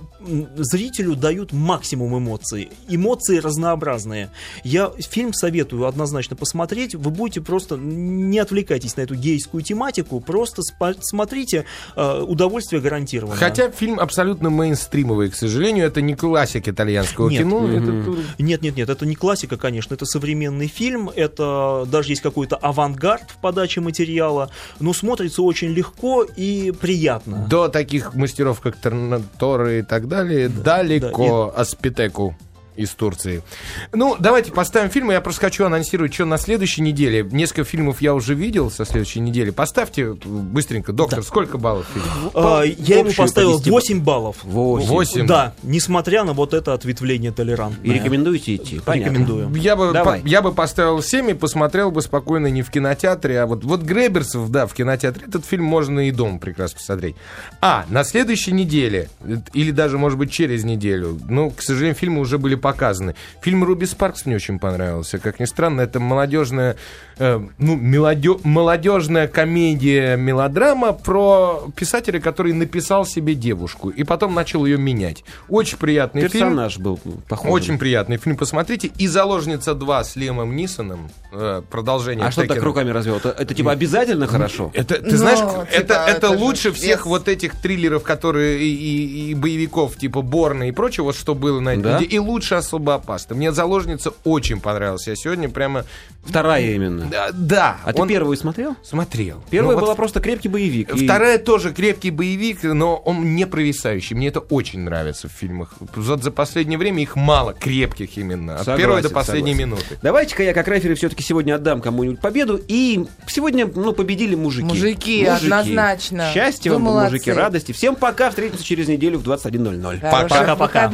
S6: зрителю дают максимум эмоций. Эмоции разнообразные. Я фильм советую однозначно посмотреть. Вы будете просто, не отвлекайтесь на эту гейскую тематику, просто смотрите, удовольствие гарантировано.
S3: Хотя фильм абсолютно мейнстримовый, к сожалению, это не классик итальянского
S6: нет.
S3: кино.
S6: Mm-hmm.
S3: Это...
S6: Нет, нет, нет, это не классика, конечно, это современный фильм, это даже есть какой-то авангард в подаче материала, но смотрится очень легко и приятно.
S3: До таких мастеров, как Торнаторе и так далее, да, далеко да, и... Аспитеку из Турции. Ну, давайте поставим фильм. Я просто хочу анонсировать, что на следующей неделе. Несколько фильмов я уже видел со следующей недели. Поставьте быстренько. Доктор, да. Сколько баллов фильм?
S6: А, я ему поставил восемь баллов.
S3: восемь?
S6: Да, несмотря на вот это ответвление толерантное.
S4: И рекомендуете идти?
S6: Рекомендую.
S3: Я бы, по, я бы поставил семь и посмотрел бы спокойно не в кинотеатре, а вот, вот Греберсов, да, в кинотеатре. Этот фильм можно и дома прекрасно посмотреть. А, на следующей неделе, или даже, может быть, через неделю, ну, к сожалению, фильмы уже были показаны. Фильм «Руби Спаркс» мне очень понравился. Как ни странно, это молодежная, э, ну, мелодё, молодежная комедия-мелодрама про писателя, который написал себе девушку и потом начал ее менять. Очень приятный
S4: Персонаж
S3: фильм.
S4: был похож.
S3: Очень приятный фильм. Посмотрите. И «Заложница два» с Лиамом Нисоном. Э, продолжение.
S4: А что так руками развел? Это, это типа обязательно хорошо?
S3: Это, ты Но, знаешь, типа, это, это, это лучше всех без... вот этих триллеров, которые и, и, и боевиков типа Борна и прочего, вот что было на этой
S4: да?
S3: И лучше «Особо опасно». Мне «Заложница» очень понравилась. Я сегодня прямо...
S4: Вторая именно.
S3: Да. да
S4: а
S3: он...
S4: ты первую смотрел?
S3: Смотрел.
S4: Первая
S3: ну,
S4: была
S3: вот...
S4: просто крепкий боевик.
S3: Вторая
S4: и...
S3: тоже крепкий боевик, но он не провисающий. Мне это очень нравится в фильмах. Вот за последнее время их мало крепких именно. От согласен, первой до последней согласен. минуты.
S4: Давайте-ка я как рефери все-таки сегодня отдам кому-нибудь победу. И сегодня, ну, победили мужики.
S2: Мужики, мужики. Однозначно.
S4: Счастья
S2: Вы
S4: вам,
S2: молодцы.
S4: Мужики, радости. Всем пока. Встретимся через неделю в двадцать один ноль ноль.
S2: Пока-пока.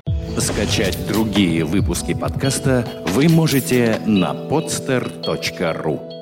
S1: Скачать другие выпуски подкаста вы можете на podster точка ру.